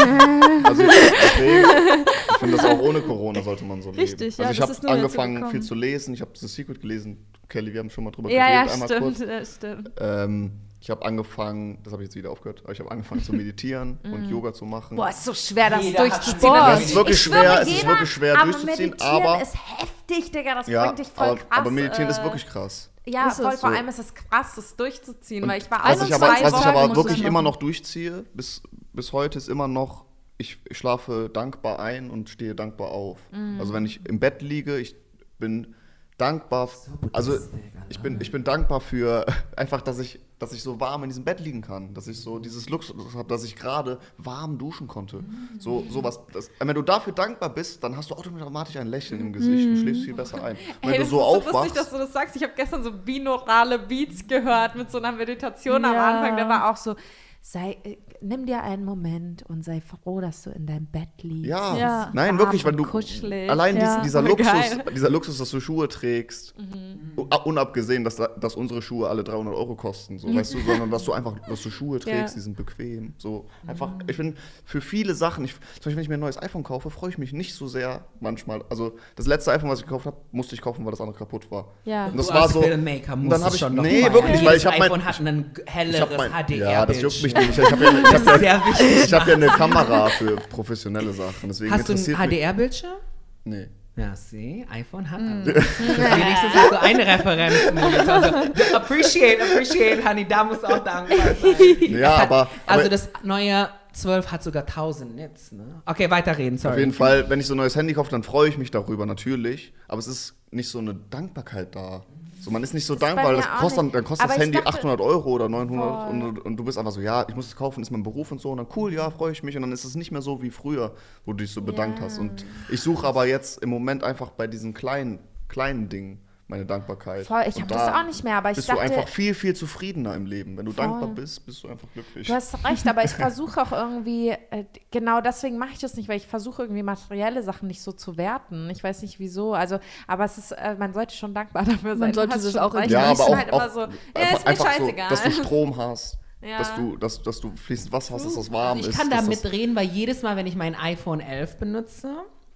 Also ich, deswegen, ich finde das auch ohne Corona sollte man so leben. Richtig, ja, also ich das ist habe nur dazu angefangen gekommen. viel zu lesen. Ich habe The Secret gelesen. Kelly, wir haben schon mal drüber Ja, ja, geredet. einmal stimmt, kurz. ja, stimmt. Ähm, ich habe angefangen, das habe ich jetzt wieder aufgehört, aber ich habe angefangen zu meditieren und Yoga zu machen. Boah, ist so schwer, das Jeder hat durchzuziehen. Sport. Aber Es ist wirklich ich schwer, schwöre, es ist jeder, wirklich schwer aber durchzuziehen, meditieren aber- ist heftig, Digga, das Ja, bringt dich voll aber, krass. aber meditieren äh, ist wirklich krass. Ja, Ist es voll, vor so. allem ist es krass, das durchzuziehen, Und weil ich war was ich aber, einundzwanzig was ich Tage aber muss wirklich ich immer machen. noch durchziehe, bis, bis heute, ist immer noch, ich, ich schlafe dankbar ein und stehe dankbar auf. Mhm. Also wenn ich im Bett liege, ich bin dankbar, also ich bin, ich bin dankbar für einfach, dass ich, dass ich so warm in diesem Bett liegen kann, dass ich so dieses Luxus habe, dass ich gerade warm duschen konnte. So sowas. Das, wenn du dafür dankbar bist, dann hast du automatisch ein Lächeln im Gesicht und schläfst viel besser ein. Und wenn Hey, du das so ist so lustig, aufwachst, dass du das sagst. Ich habe gestern so binaurale Beats gehört mit so einer Meditation am Ja. Anfang. Der war auch so, sei, äh, nimm dir einen Moment und sei froh, dass du in deinem Bett liegst. ja, Ja. nein, Warm wirklich, weil und du kuschelig. allein Ja. dies, dieser Voll Luxus, geil. dieser Luxus, dass du Schuhe trägst, u- unabgesehen, dass, da- dass unsere Schuhe alle dreihundert Euro kosten, so, weißt du, sondern dass du einfach, dass du Schuhe trägst, Ja. die sind bequem, so einfach. Ich bin für viele Sachen, ich, zum Beispiel, wenn ich mir ein neues iPhone kaufe, freue ich mich nicht so sehr manchmal. Also das letzte iPhone, was ich gekauft habe, musste ich kaufen, weil das andere kaputt war. Ja. Und das Du war als so. Filmmaker und musst dann es habe ich, schon noch nee, feiern. wirklich, weil Jedes ich habe mein, iPhone hat ein ich helleres hab mein, H D R. ja, das juckt mich Bildschirm. nicht. Ich habe ja, ich hab ja, Sehr wichtig. ich hab ja eine Kamera für professionelle Sachen, deswegen Hast du einen interessiert H D mich. R-Bildschirm? Nee. Ja, sieh, iPhone hat mm. Wenigstens hast du eine Referenz. Also, appreciate, appreciate, honey, da musst du auch dankbar sein. Ja, Es hat, aber, Also aber das neue zwölf hat sogar tausend Nits, ne? Okay, weiterreden, sorry. auf jeden Fall, wenn ich so ein neues Handy kaufe, dann freue ich mich darüber natürlich. Aber es ist nicht so eine Dankbarkeit da. So, man ist nicht so Das ist dankbar, bei weil mir das auch kostet, dann, nicht. dann kostet Aber das ich Handy dachte- achthundert Euro oder neunhundert Voll. und, und du bist einfach so, ja, ich muss es kaufen, ist mein Beruf und so. Und dann cool, ja, freue ich mich. Und dann ist es nicht mehr so wie früher, wo du dich so bedankt Ja. hast. Und ich suche aber jetzt im Moment einfach bei diesen kleinen, kleinen Dingen meine Dankbarkeit. Voll, ich Und habe das da auch nicht mehr, aber ich bist dachte, du einfach viel, viel zufriedener im Leben. Wenn du Voll. dankbar bist, bist du einfach glücklich. du hast recht, aber ich versuche auch irgendwie, äh, genau deswegen mache ich das nicht, weil ich versuche irgendwie materielle Sachen nicht so zu werten. Ich weiß nicht wieso, also, aber es ist, äh, man sollte schon dankbar dafür sein. Man Du sollte hast das schon auch recht. Ja, Ich aber bin auch, halt auch immer so, ja, einfach, ist mir einfach so, scheißegal. dass du Strom hast, Ja. dass, du, dass, dass du fließend Wasser hast, dass das warm Ich ist. kann da dass das- mitreden, weil jedes Mal, wenn ich mein iPhone elf benutze,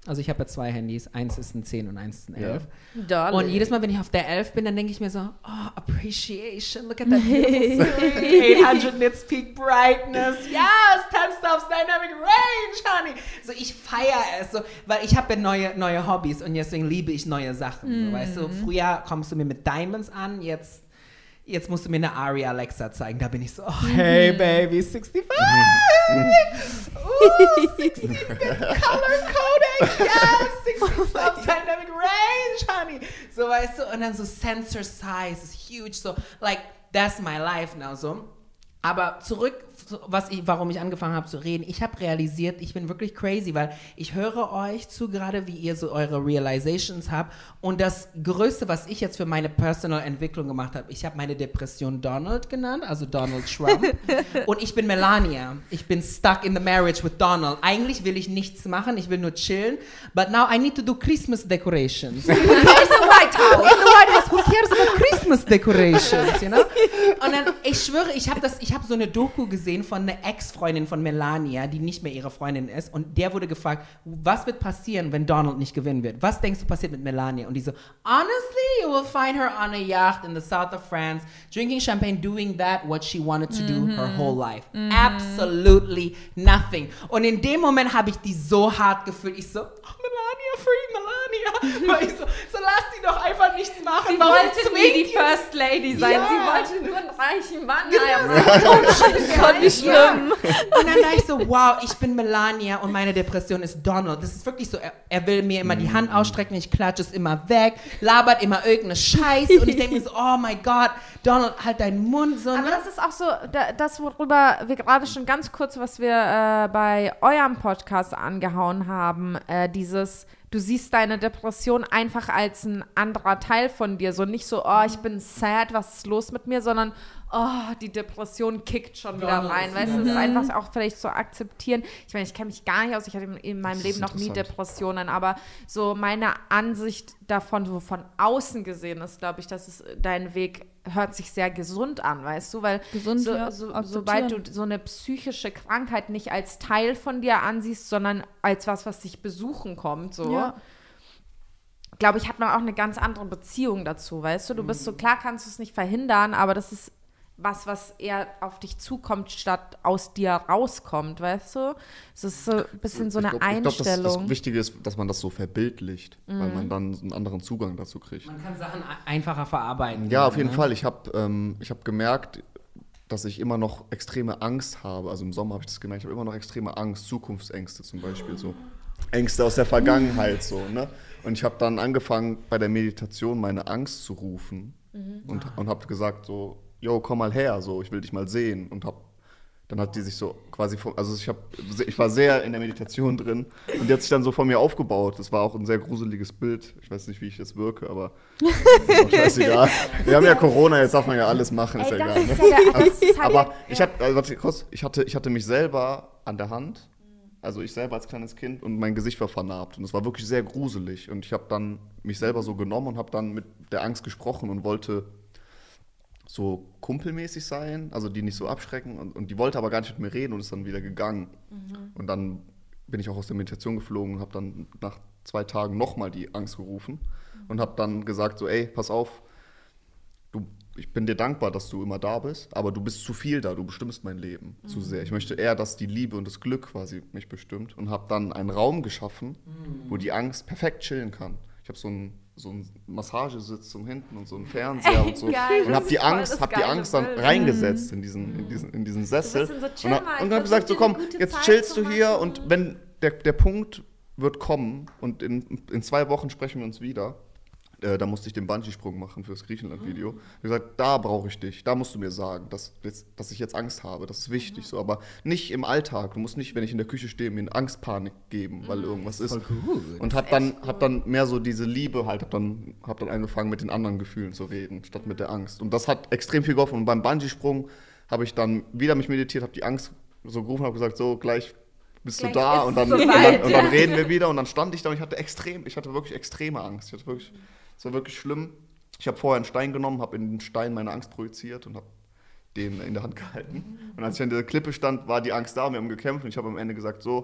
Also ich habe ja zwei Handys, eins ist ein zehn und eins ist ein elf. Ja. Und jedes Mal, wenn ich auf der elf bin, dann denke ich mir so, oh, appreciation, look at that beautiful screen, achthundert nits peak brightness, yes, ten stops dynamic range, honey. So, ich feiere es, so, weil ich habe ja neue, neue Hobbys und deswegen liebe ich neue Sachen. So, weißt du, früher kommst du mir mit Diamonds an, jetzt Jetzt musst du mir eine Ari Alexa zeigen. Da bin ich so, oh, hey baby, sixty-five. Ooh, sixty-bit color codec. Yes, sixty stops dynamic range, honey. So, weißt du, und dann so Sensor size is huge. So, like, that's my life now, so. Aber zurück, was ich, warum ich angefangen habe zu reden, ich habe realisiert, ich bin wirklich crazy, weil ich höre euch zu gerade, wie ihr so eure Realizations habt und das Größte, was ich jetzt für meine Personal Entwicklung gemacht habe, ich habe meine Depression Donald genannt, also Donald Trump und ich bin Melania, ich bin stuck in the marriage with Donald. Eigentlich will ich nichts machen, ich will nur chillen, but now I need to do Christmas decorations. Who cares the White House? In the White House, who cares about Christmas decorations, you know? Und dann, ich schwöre, ich habe das, ich habe so eine Doku gesehen von einer Ex-Freundin von Melania, die nicht mehr ihre Freundin ist. Und der wurde gefragt, was wird passieren, wenn Donald nicht gewinnen wird? Was denkst du passiert mit Melania? Und die so, honestly, you will find her on a yacht in the south of France, drinking champagne, doing that, what she wanted to do mm-hmm. her whole life. Mm-hmm. Absolutely nothing. Und in dem Moment habe ich die so hart gefühlt. Ich so, oh, Melania, free Melania. Weil ich so, so lass die doch einfach nichts machen. Sie wollte nie die First Lady sein. Ja. Sie wollte nur einen reichen Mann haben. Konnte nicht schwimmen. Und dann dachte ich so, wow, ich bin Melania und meine Depression ist Donald. Das ist wirklich so, er, er will mir immer die Hand ausstrecken, ich klatsche es immer weg, labert immer irgendeine Scheiße und ich denke mir so, oh mein Gott, Donald, halt deinen Mund. So, aber ne? das ist auch so, das worüber wir gerade schon ganz kurz, was wir äh, bei eurem Podcast angehauen haben, äh, dieses, du siehst deine Depression einfach als ein anderer Teil von dir, so nicht so, oh, ich bin sad, was ist los mit mir, sondern oh, die Depression kickt schon wieder Donald, rein, weißt du, es ist einfach auch vielleicht so akzeptieren. Ich meine, ich kenne mich gar nicht aus, ich hatte in meinem Leben noch nie Depressionen, aber so meine Ansicht davon, so von außen gesehen ist, glaube ich, dass es dein Weg hört sich sehr gesund an, weißt du, weil gesund, so, ja, so, sobald du so eine psychische Krankheit nicht als Teil von dir ansiehst, sondern als was, was dich besuchen kommt, so, ja. glaube ich, hat man auch eine ganz andere Beziehung dazu, weißt du, du bist so, klar kannst du es nicht verhindern, aber das ist was, was eher auf dich zukommt, statt aus dir rauskommt, weißt du? Es ist so ein bisschen so eine ich glaub, Einstellung. Ich glaube, das, das Wichtige ist, dass man das so verbildlicht, mhm. weil man dann einen anderen Zugang dazu kriegt. Man kann Sachen einfacher verarbeiten. Ja, auf jeden ne? Fall. Ich habe ähm, ich hab gemerkt, dass ich immer noch extreme Angst habe. Also im Sommer habe ich das gemerkt, ich habe immer noch extreme Angst, Zukunftsängste zum Beispiel, so. Ängste aus der Vergangenheit, so, ne? Und ich habe dann angefangen, bei der Meditation meine Angst zu rufen mhm. und, und habe gesagt so, yo, komm mal her, so, ich will dich mal sehen. Und hab, dann hat die sich so quasi, von, also ich, hab, ich war sehr in der Meditation drin und die hat sich dann so von mir aufgebaut. Das war auch ein sehr gruseliges Bild. Ich weiß nicht, wie ich jetzt wirke, aber ist auch scheißegal. Wir haben ja Corona, jetzt darf man ja alles machen, ist Ey, ja das egal. ist Ne? ja der, das ist halt aber ja, ich, hatte, also, warte, kurz, ich, hatte, ich hatte mich selber an der Hand, also ich selber als kleines Kind, und mein Gesicht war vernarbt. Und es war wirklich sehr gruselig. Und ich habe dann mich selber so genommen und habe dann mit der Angst gesprochen und wollte so kumpelmäßig sein, also die nicht so abschrecken. Und, und die wollte aber gar nicht mit mir reden und ist dann wieder gegangen. Mhm. Und dann bin ich auch aus der Meditation geflogen und habe dann nach zwei Tagen nochmal die Angst gerufen mhm. und habe dann gesagt so, ey, pass auf, du, ich bin dir dankbar, dass du immer da bist, aber du bist zu viel da, du bestimmst mein Leben mhm. zu sehr. Ich möchte eher, dass die Liebe und das Glück quasi mich bestimmt und habe dann einen Raum geschaffen, mhm. wo die Angst perfekt chillen kann. Ich habe so einen so einen Massagesitz zum hinten und so einen Fernseher und so Geil, und habe die Angst, hab die Angst dann reingesetzt in diesen, in diesen, in diesen Sessel so und habe hab gesagt, so komm, jetzt Zeit chillst du hier und wenn der, der Punkt wird kommen und in, in zwei Wochen sprechen wir uns wieder, äh, da musste ich den Bungee-Sprung machen für das Griechenland-Video. Ich habe gesagt, da brauche ich dich, da musst du mir sagen, dass, dass ich jetzt Angst habe, das ist wichtig, so, aber nicht im Alltag. Du musst nicht, wenn ich in der Küche stehe, mir eine Angstpanik geben, weil irgendwas ist. Voll gut. Und hab dann, hab dann mehr so diese Liebe halt, hab dann, hab dann angefangen mit den anderen Gefühlen zu reden, statt mit der Angst. Und das hat extrem viel geholfen. Und beim Bungee-Sprung habe ich dann wieder mich meditiert, habe die Angst so gerufen, habe gesagt, so, gleich bist gleich du da und dann, so und, weit, dann, und dann reden wir wieder. Und dann stand ich da und ich hatte extrem, ich hatte wirklich extreme Angst. Ich hatte wirklich, es war wirklich schlimm. Ich habe vorher einen Stein genommen, habe in den Stein meine Angst projiziert und habe den in der Hand gehalten. Und als ich an der Klippe stand, war die Angst da, wir haben gekämpft und ich habe am Ende gesagt, so,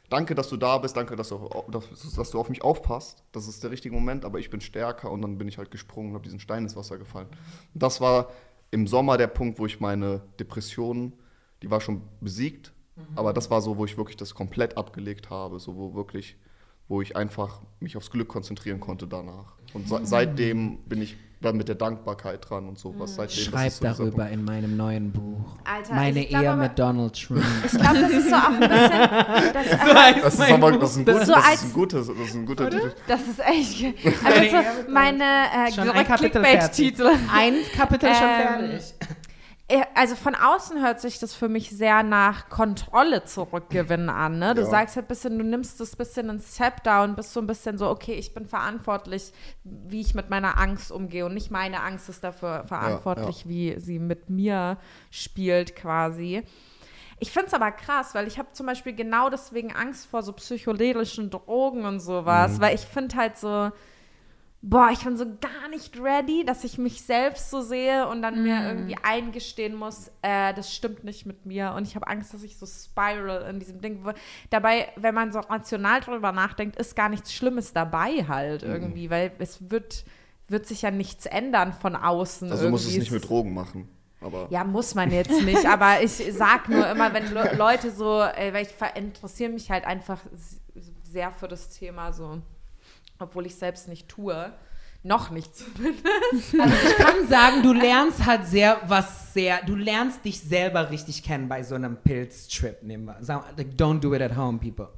danke, dass du da bist, danke, dass du, dass, dass du auf mich aufpasst. Das ist der richtige Moment, aber ich bin stärker. Und dann bin ich halt gesprungen und habe diesen Stein ins Wasser gefallen. Und das war im Sommer der Punkt, wo ich meine Depression, die war schon besiegt, mhm. aber das war so, wo ich wirklich das komplett abgelegt habe, so wo wirklich, wo ich einfach mich aufs Glück konzentrieren konnte danach. Und se- seitdem bin ich dann mit der Dankbarkeit dran und sowas. Seitdem, Schreib so darüber in meinem neuen Buch. Alter, Meine ich glaub Ehe aber- mit Donald Trump. Ich glaube, das ist so auch ein bisschen. Das, Das ist aber das ist ein, gut, So das als- ist ein gutes, das ist ein guter Titel. das ist echt. Also so meine äh, Schon ein Kapitel fertig. Clickbait-Titel. Ein Kapitel schon Ähm, fertig. Äh, Also von außen hört sich das für mich sehr nach Kontrolle zurückgewinnen an. Ne? Du Ja. sagst halt ein bisschen, du nimmst das bisschen ins Zepter und bist so ein bisschen so, okay, ich bin verantwortlich, wie ich mit meiner Angst umgehe und nicht meine Angst ist dafür verantwortlich, ja. wie sie mit mir spielt quasi. Ich finde es aber krass, weil ich habe zum Beispiel genau deswegen Angst vor so psychedelischen Drogen und sowas, Mhm. weil ich finde halt so, boah, ich bin so gar nicht ready, dass ich mich selbst so sehe und dann mir irgendwie eingestehen muss, äh, das stimmt nicht mit mir und ich habe Angst, dass ich so spiral in diesem Ding. Wo- Dabei, wenn man so rational drüber nachdenkt, ist gar nichts Schlimmes dabei halt irgendwie, weil es wird, wird sich ja nichts ändern von außen. Also du musst es irgendwie. nicht mit Drogen machen. Aber Ja, muss man jetzt nicht, aber ich sag nur immer, wenn Le- Leute so, äh, weil ich ver- interessiere mich halt einfach s- sehr für das Thema so, obwohl ich selbst nicht tue. Noch nicht zumindest. Ich kann sagen, du lernst halt sehr, was sehr, du lernst dich selber richtig kennen bei so einem Pilztrip, nehmen wir. Sagen wir, like, don't do it at home, people.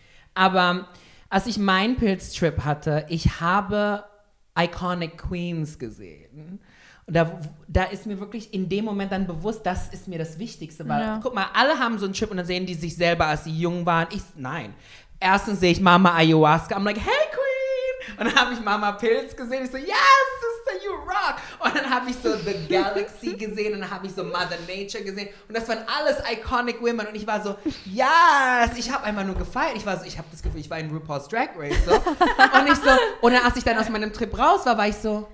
Aber als ich meinen Pilztrip hatte, ich habe Iconic Queens gesehen. Und da, da ist mir wirklich in dem Moment dann bewusst, das ist mir das Wichtigste. Weil, Ja. guck mal, alle haben so einen Trip und dann sehen die sich selber, als sie jung waren. Ich, nein. Erstens sehe ich Mama Ayahuasca. I'm like, hey Queen! Und dann habe ich Mama Pilz gesehen. Ich so, yes, sister, you rock! Und dann habe ich so The Galaxy gesehen und dann habe ich so Mother Nature gesehen. Und das waren alles iconic women. Und ich war so, yes! Ich habe einfach nur gefeiert. Ich war so, ich habe das Gefühl, ich war in RuPaul's Drag Race. So. Und ich so, und dann, als ich dann aus meinem Trip raus war, war ich so,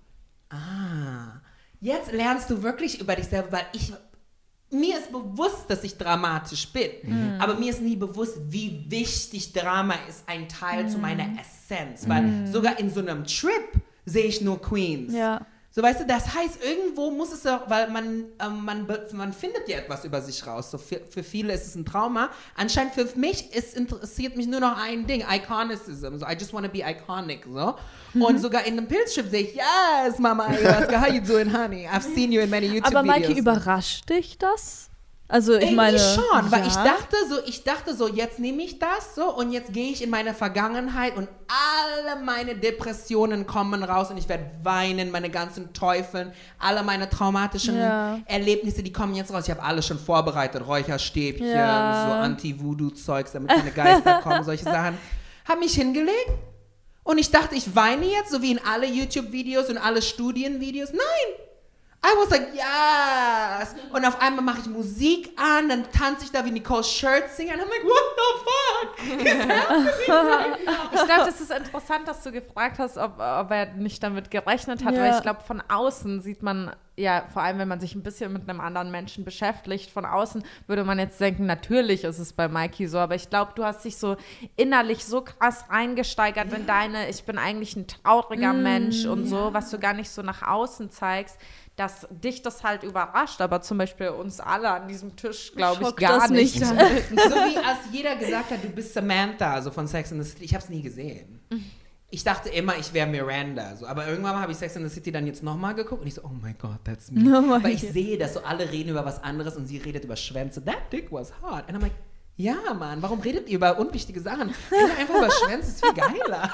ah, jetzt lernst du wirklich über dich selber, weil ich, mir ist bewusst, dass ich dramatisch bin, Mhm. aber mir ist nie bewusst, wie wichtig Drama ist, ein Teil zu meiner Essenz, weil sogar in so einem Trip sehe ich nur Queens. Ja. So, weißt du, das heißt, irgendwo muss es ja, weil man, ähm, man, be- man findet ja etwas über sich raus. So für, für viele ist es ein Trauma. Anscheinend für mich ist, interessiert mich nur noch ein Ding, Iconicism. So, I just want to be iconic. So. Und sogar in einem Pilzstrip sehe ich, yes, Mama Ayahuasca, how you doing, honey? I've seen you in many YouTube-Videos. Aber Maiki, überrascht dich das? Also ich Irgendwie meine, schon, weil ja. ich dachte so, ich dachte so, jetzt nehme ich das so und jetzt gehe ich in meine Vergangenheit und alle meine Depressionen kommen raus und ich werde weinen, meine ganzen Teufeln, alle meine traumatischen Ja. Erlebnisse, die kommen jetzt raus. Ich habe alles schon vorbereitet, Räucherstäbchen, Ja. so Anti-Voodoo-Zeugs, damit keine Geister kommen, solche Sachen. Habe mich hingelegt und ich dachte, ich weine jetzt, so wie in alle YouTube-Videos und alle Studienvideos. Nein! I was like, yes! Und auf einmal mache ich Musik an, dann tanze ich da wie Nicole Scherzinger und I'm like, what the fuck? Is happening right now? Ich glaube, das ist interessant, dass du gefragt hast, ob, ob er nicht damit gerechnet hat, Ja. weil ich glaube, von außen sieht man, ja, vor allem, wenn man sich ein bisschen mit einem anderen Menschen beschäftigt, von außen würde man jetzt denken, natürlich ist es bei Maiki so, aber ich glaube, du hast dich so innerlich so krass reingesteigert in deine, ich bin eigentlich ein trauriger Mensch und so, was du gar nicht so nach außen zeigst, dass dich das halt überrascht, aber zum Beispiel uns alle an diesem Tisch, glaube ich, Schockt gar das nicht. nicht. So wie als jeder gesagt hat, du bist Samantha, also von Sex and the City. Ich habe es nie gesehen. Ich dachte immer, ich wäre Miranda. So. Aber irgendwann habe ich Sex and the City dann jetzt nochmal geguckt und ich so, oh my God, that's me. Oh my Weil ich God. sehe, dass so alle reden über was anderes und sie redet über Schwänze. That dick was hot. And I'm like, ja, Mann, warum redet ihr über unwichtige Sachen? Redet einfach über Schwänze, ist viel geiler.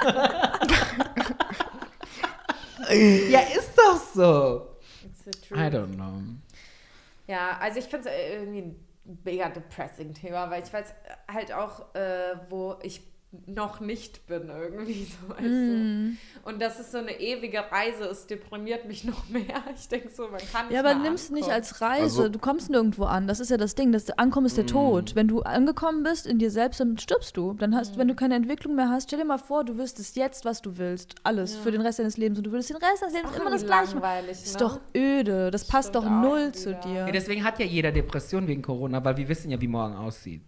Ja, ist doch so. I don't know. Ja, also ich finde es irgendwie ein mega depressing Thema, weil ich weiß halt auch, äh, wo ich noch nicht bin irgendwie so, weißt Mm. du. Und dass es so eine ewige Reise ist, deprimiert mich noch mehr. Ich denke so, man kann nicht Ja, aber mal nimm's nicht ankommen. als Reise. Also- du kommst nirgendwo an. Das ist ja das Ding. Das Ankommen ist der Tod. Wenn du angekommen bist in dir selbst, dann stirbst du. Dann hast, wenn du keine Entwicklung mehr hast, stell dir mal vor, du wüsstest jetzt, was du willst. Alles für den Rest deines Lebens. Und du würdest den Rest deines Lebens Auch immer das irgendwie Gleiche machen. langweilig, Ist ne? doch öde. Das passt Stimmt doch auch null wieder. zu dir. Ja, deswegen hat ja jeder Depression wegen Corona, weil wir wissen ja, wie morgen aussieht.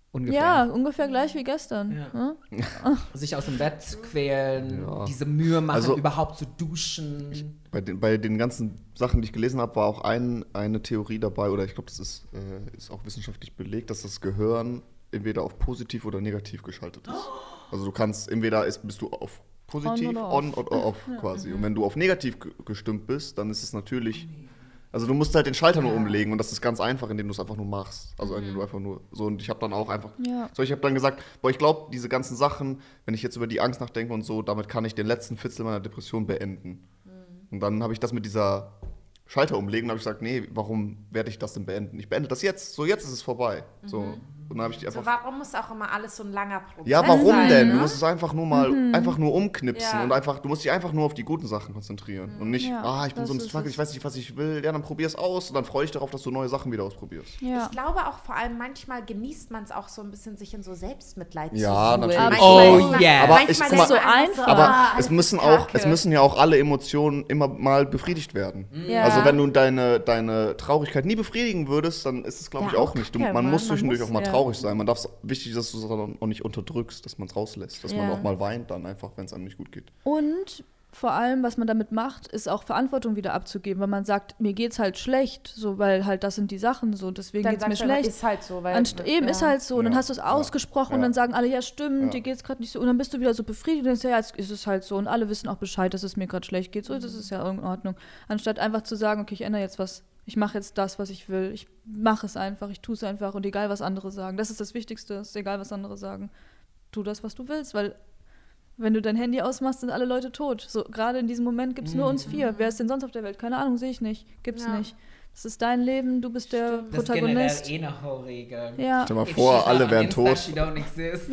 Ungefähr. Ja, ungefähr gleich wie gestern. Ja. Hm? Sich aus dem Bett zu quälen, Ja. diese Mühe machen, Also- überhaupt zu duschen. Bei den, bei den ganzen Sachen, die ich gelesen habe, war auch ein, eine Theorie dabei, oder ich glaube, das ist, äh, ist auch wissenschaftlich belegt, dass das Gehirn entweder auf positiv oder negativ geschaltet ist. Also du kannst, entweder ist, bist du auf positiv, On oder on oder off quasi. Und wenn du auf negativ ge- gestimmt bist, dann ist es natürlich, also du musst halt den Schalter nur umlegen und das ist ganz einfach, indem du es einfach nur machst. Also indem du einfach nur so, und ich habe dann auch einfach, Ja. so ich habe dann gesagt, boah, ich glaube, diese ganzen Sachen, wenn ich jetzt über die Angst nachdenke und so, damit kann ich den letzten Viertel meiner Depression beenden. Und dann habe ich das mit dieser Schalter umlegen und habe ich gesagt, nee, warum werde ich das denn beenden? Ich beende das jetzt, so jetzt ist es vorbei. So, und dann habe ich die So, einfach. warum muss auch immer alles so ein langer Prozess Ja, warum sein, denn? Ne? Du musst es einfach nur mal, einfach nur umknipsen Ja. und einfach, du musst dich einfach nur auf die guten Sachen konzentrieren und nicht, Ja, ah, ich bin das so ein ist Struggle, es. ich weiß nicht, was ich will, ja, dann probier es aus und dann freue ich darauf, dass du neue Sachen wieder ausprobierst. Ja. Ich glaube auch vor allem, manchmal genießt man es auch so ein bisschen, sich in so Selbstmitleid Ja, zu suhlen. natürlich. Manchmal Oh, ist man- yeah. Aber manchmal ich- guck ist mal- so man einfach. so, Aber ah, es alles müssen ist auch, Kacke. es müssen ja auch alle Emotionen immer mal befriedigt werden. Ja. Also wenn du deine, deine Traurigkeit nie befriedigen würdest, dann ist es, glaube Ja, ich, auch auch nicht. Du, Kacke, man Mann. muss Man zwischendurch muss, auch mal ja. traurig sein. Man darf wichtig, dass du es dann auch nicht unterdrückst, dass man es rauslässt, dass man Ja. auch mal weint dann einfach, wenn es einem nicht gut geht. Und vor allem, was man damit macht, ist auch Verantwortung wieder abzugeben, weil man sagt, mir geht's halt schlecht, so, weil halt das sind die Sachen so, deswegen Dann geht's mir sagst du einfach, schlecht. ist halt so. Weil, Anst eben ja. ist halt so, und dann Ja. hast du es ausgesprochen und Ja. dann sagen alle, ja stimmt, Ja. dir geht's gerade nicht so, und dann bist du wieder so befriedigt und denkst, ja, jetzt ist es halt so und alle wissen auch Bescheid, dass es mir gerade schlecht geht, so das ist ja in Ordnung. Anstatt einfach zu sagen, okay, ich ändere jetzt was, ich mache jetzt das, was ich will, ich mache es einfach, ich tue es einfach und egal, was andere sagen, das ist das Wichtigste, ist egal, was andere sagen, tu das, was du willst, weil wenn du dein Handy ausmachst, sind alle Leute tot. So, gerade in diesem Moment gibt es nur uns vier. Wer ist denn sonst auf der Welt? Keine Ahnung, sehe ich nicht. Gibt's Ja. nicht. Das ist dein Leben, du bist der Das ist generell Protagonist. eh eine Ho-Regel. Ja. Stell mal If vor, she's alle not on wären Insta, tot. she don't exist.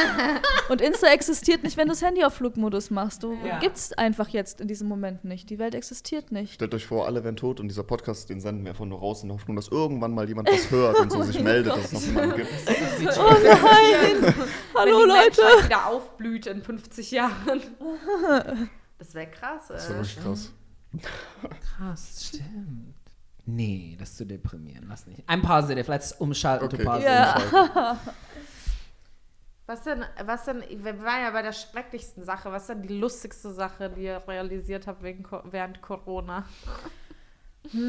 Und Insta existiert nicht, wenn du das Handy auf Flugmodus machst. Du Ja. gibt's einfach jetzt in diesem Moment nicht. Die Welt existiert nicht. Stellt euch vor, alle wären tot und dieser Podcast, den senden wir einfach nur raus in der Hoffnung, dass irgendwann mal jemand was hört und so sich meldet, dass es noch jemanden gibt. Oh nein! Hallo Wenn die Leute! Menschheit wieder aufblüht in fünfzig Jahren. Das wäre krass, Das ist ey. wirklich krass. Krass, stimmt. Nee, das ist zu deprimierend. Lass nicht. I'm positive. Let's umschalten Okay. to positive. Ja. Was denn, was denn, wir waren ja bei der schrecklichsten Sache, was ist denn die lustigste Sache, die ihr realisiert habt wegen, Co- während Corona? Die,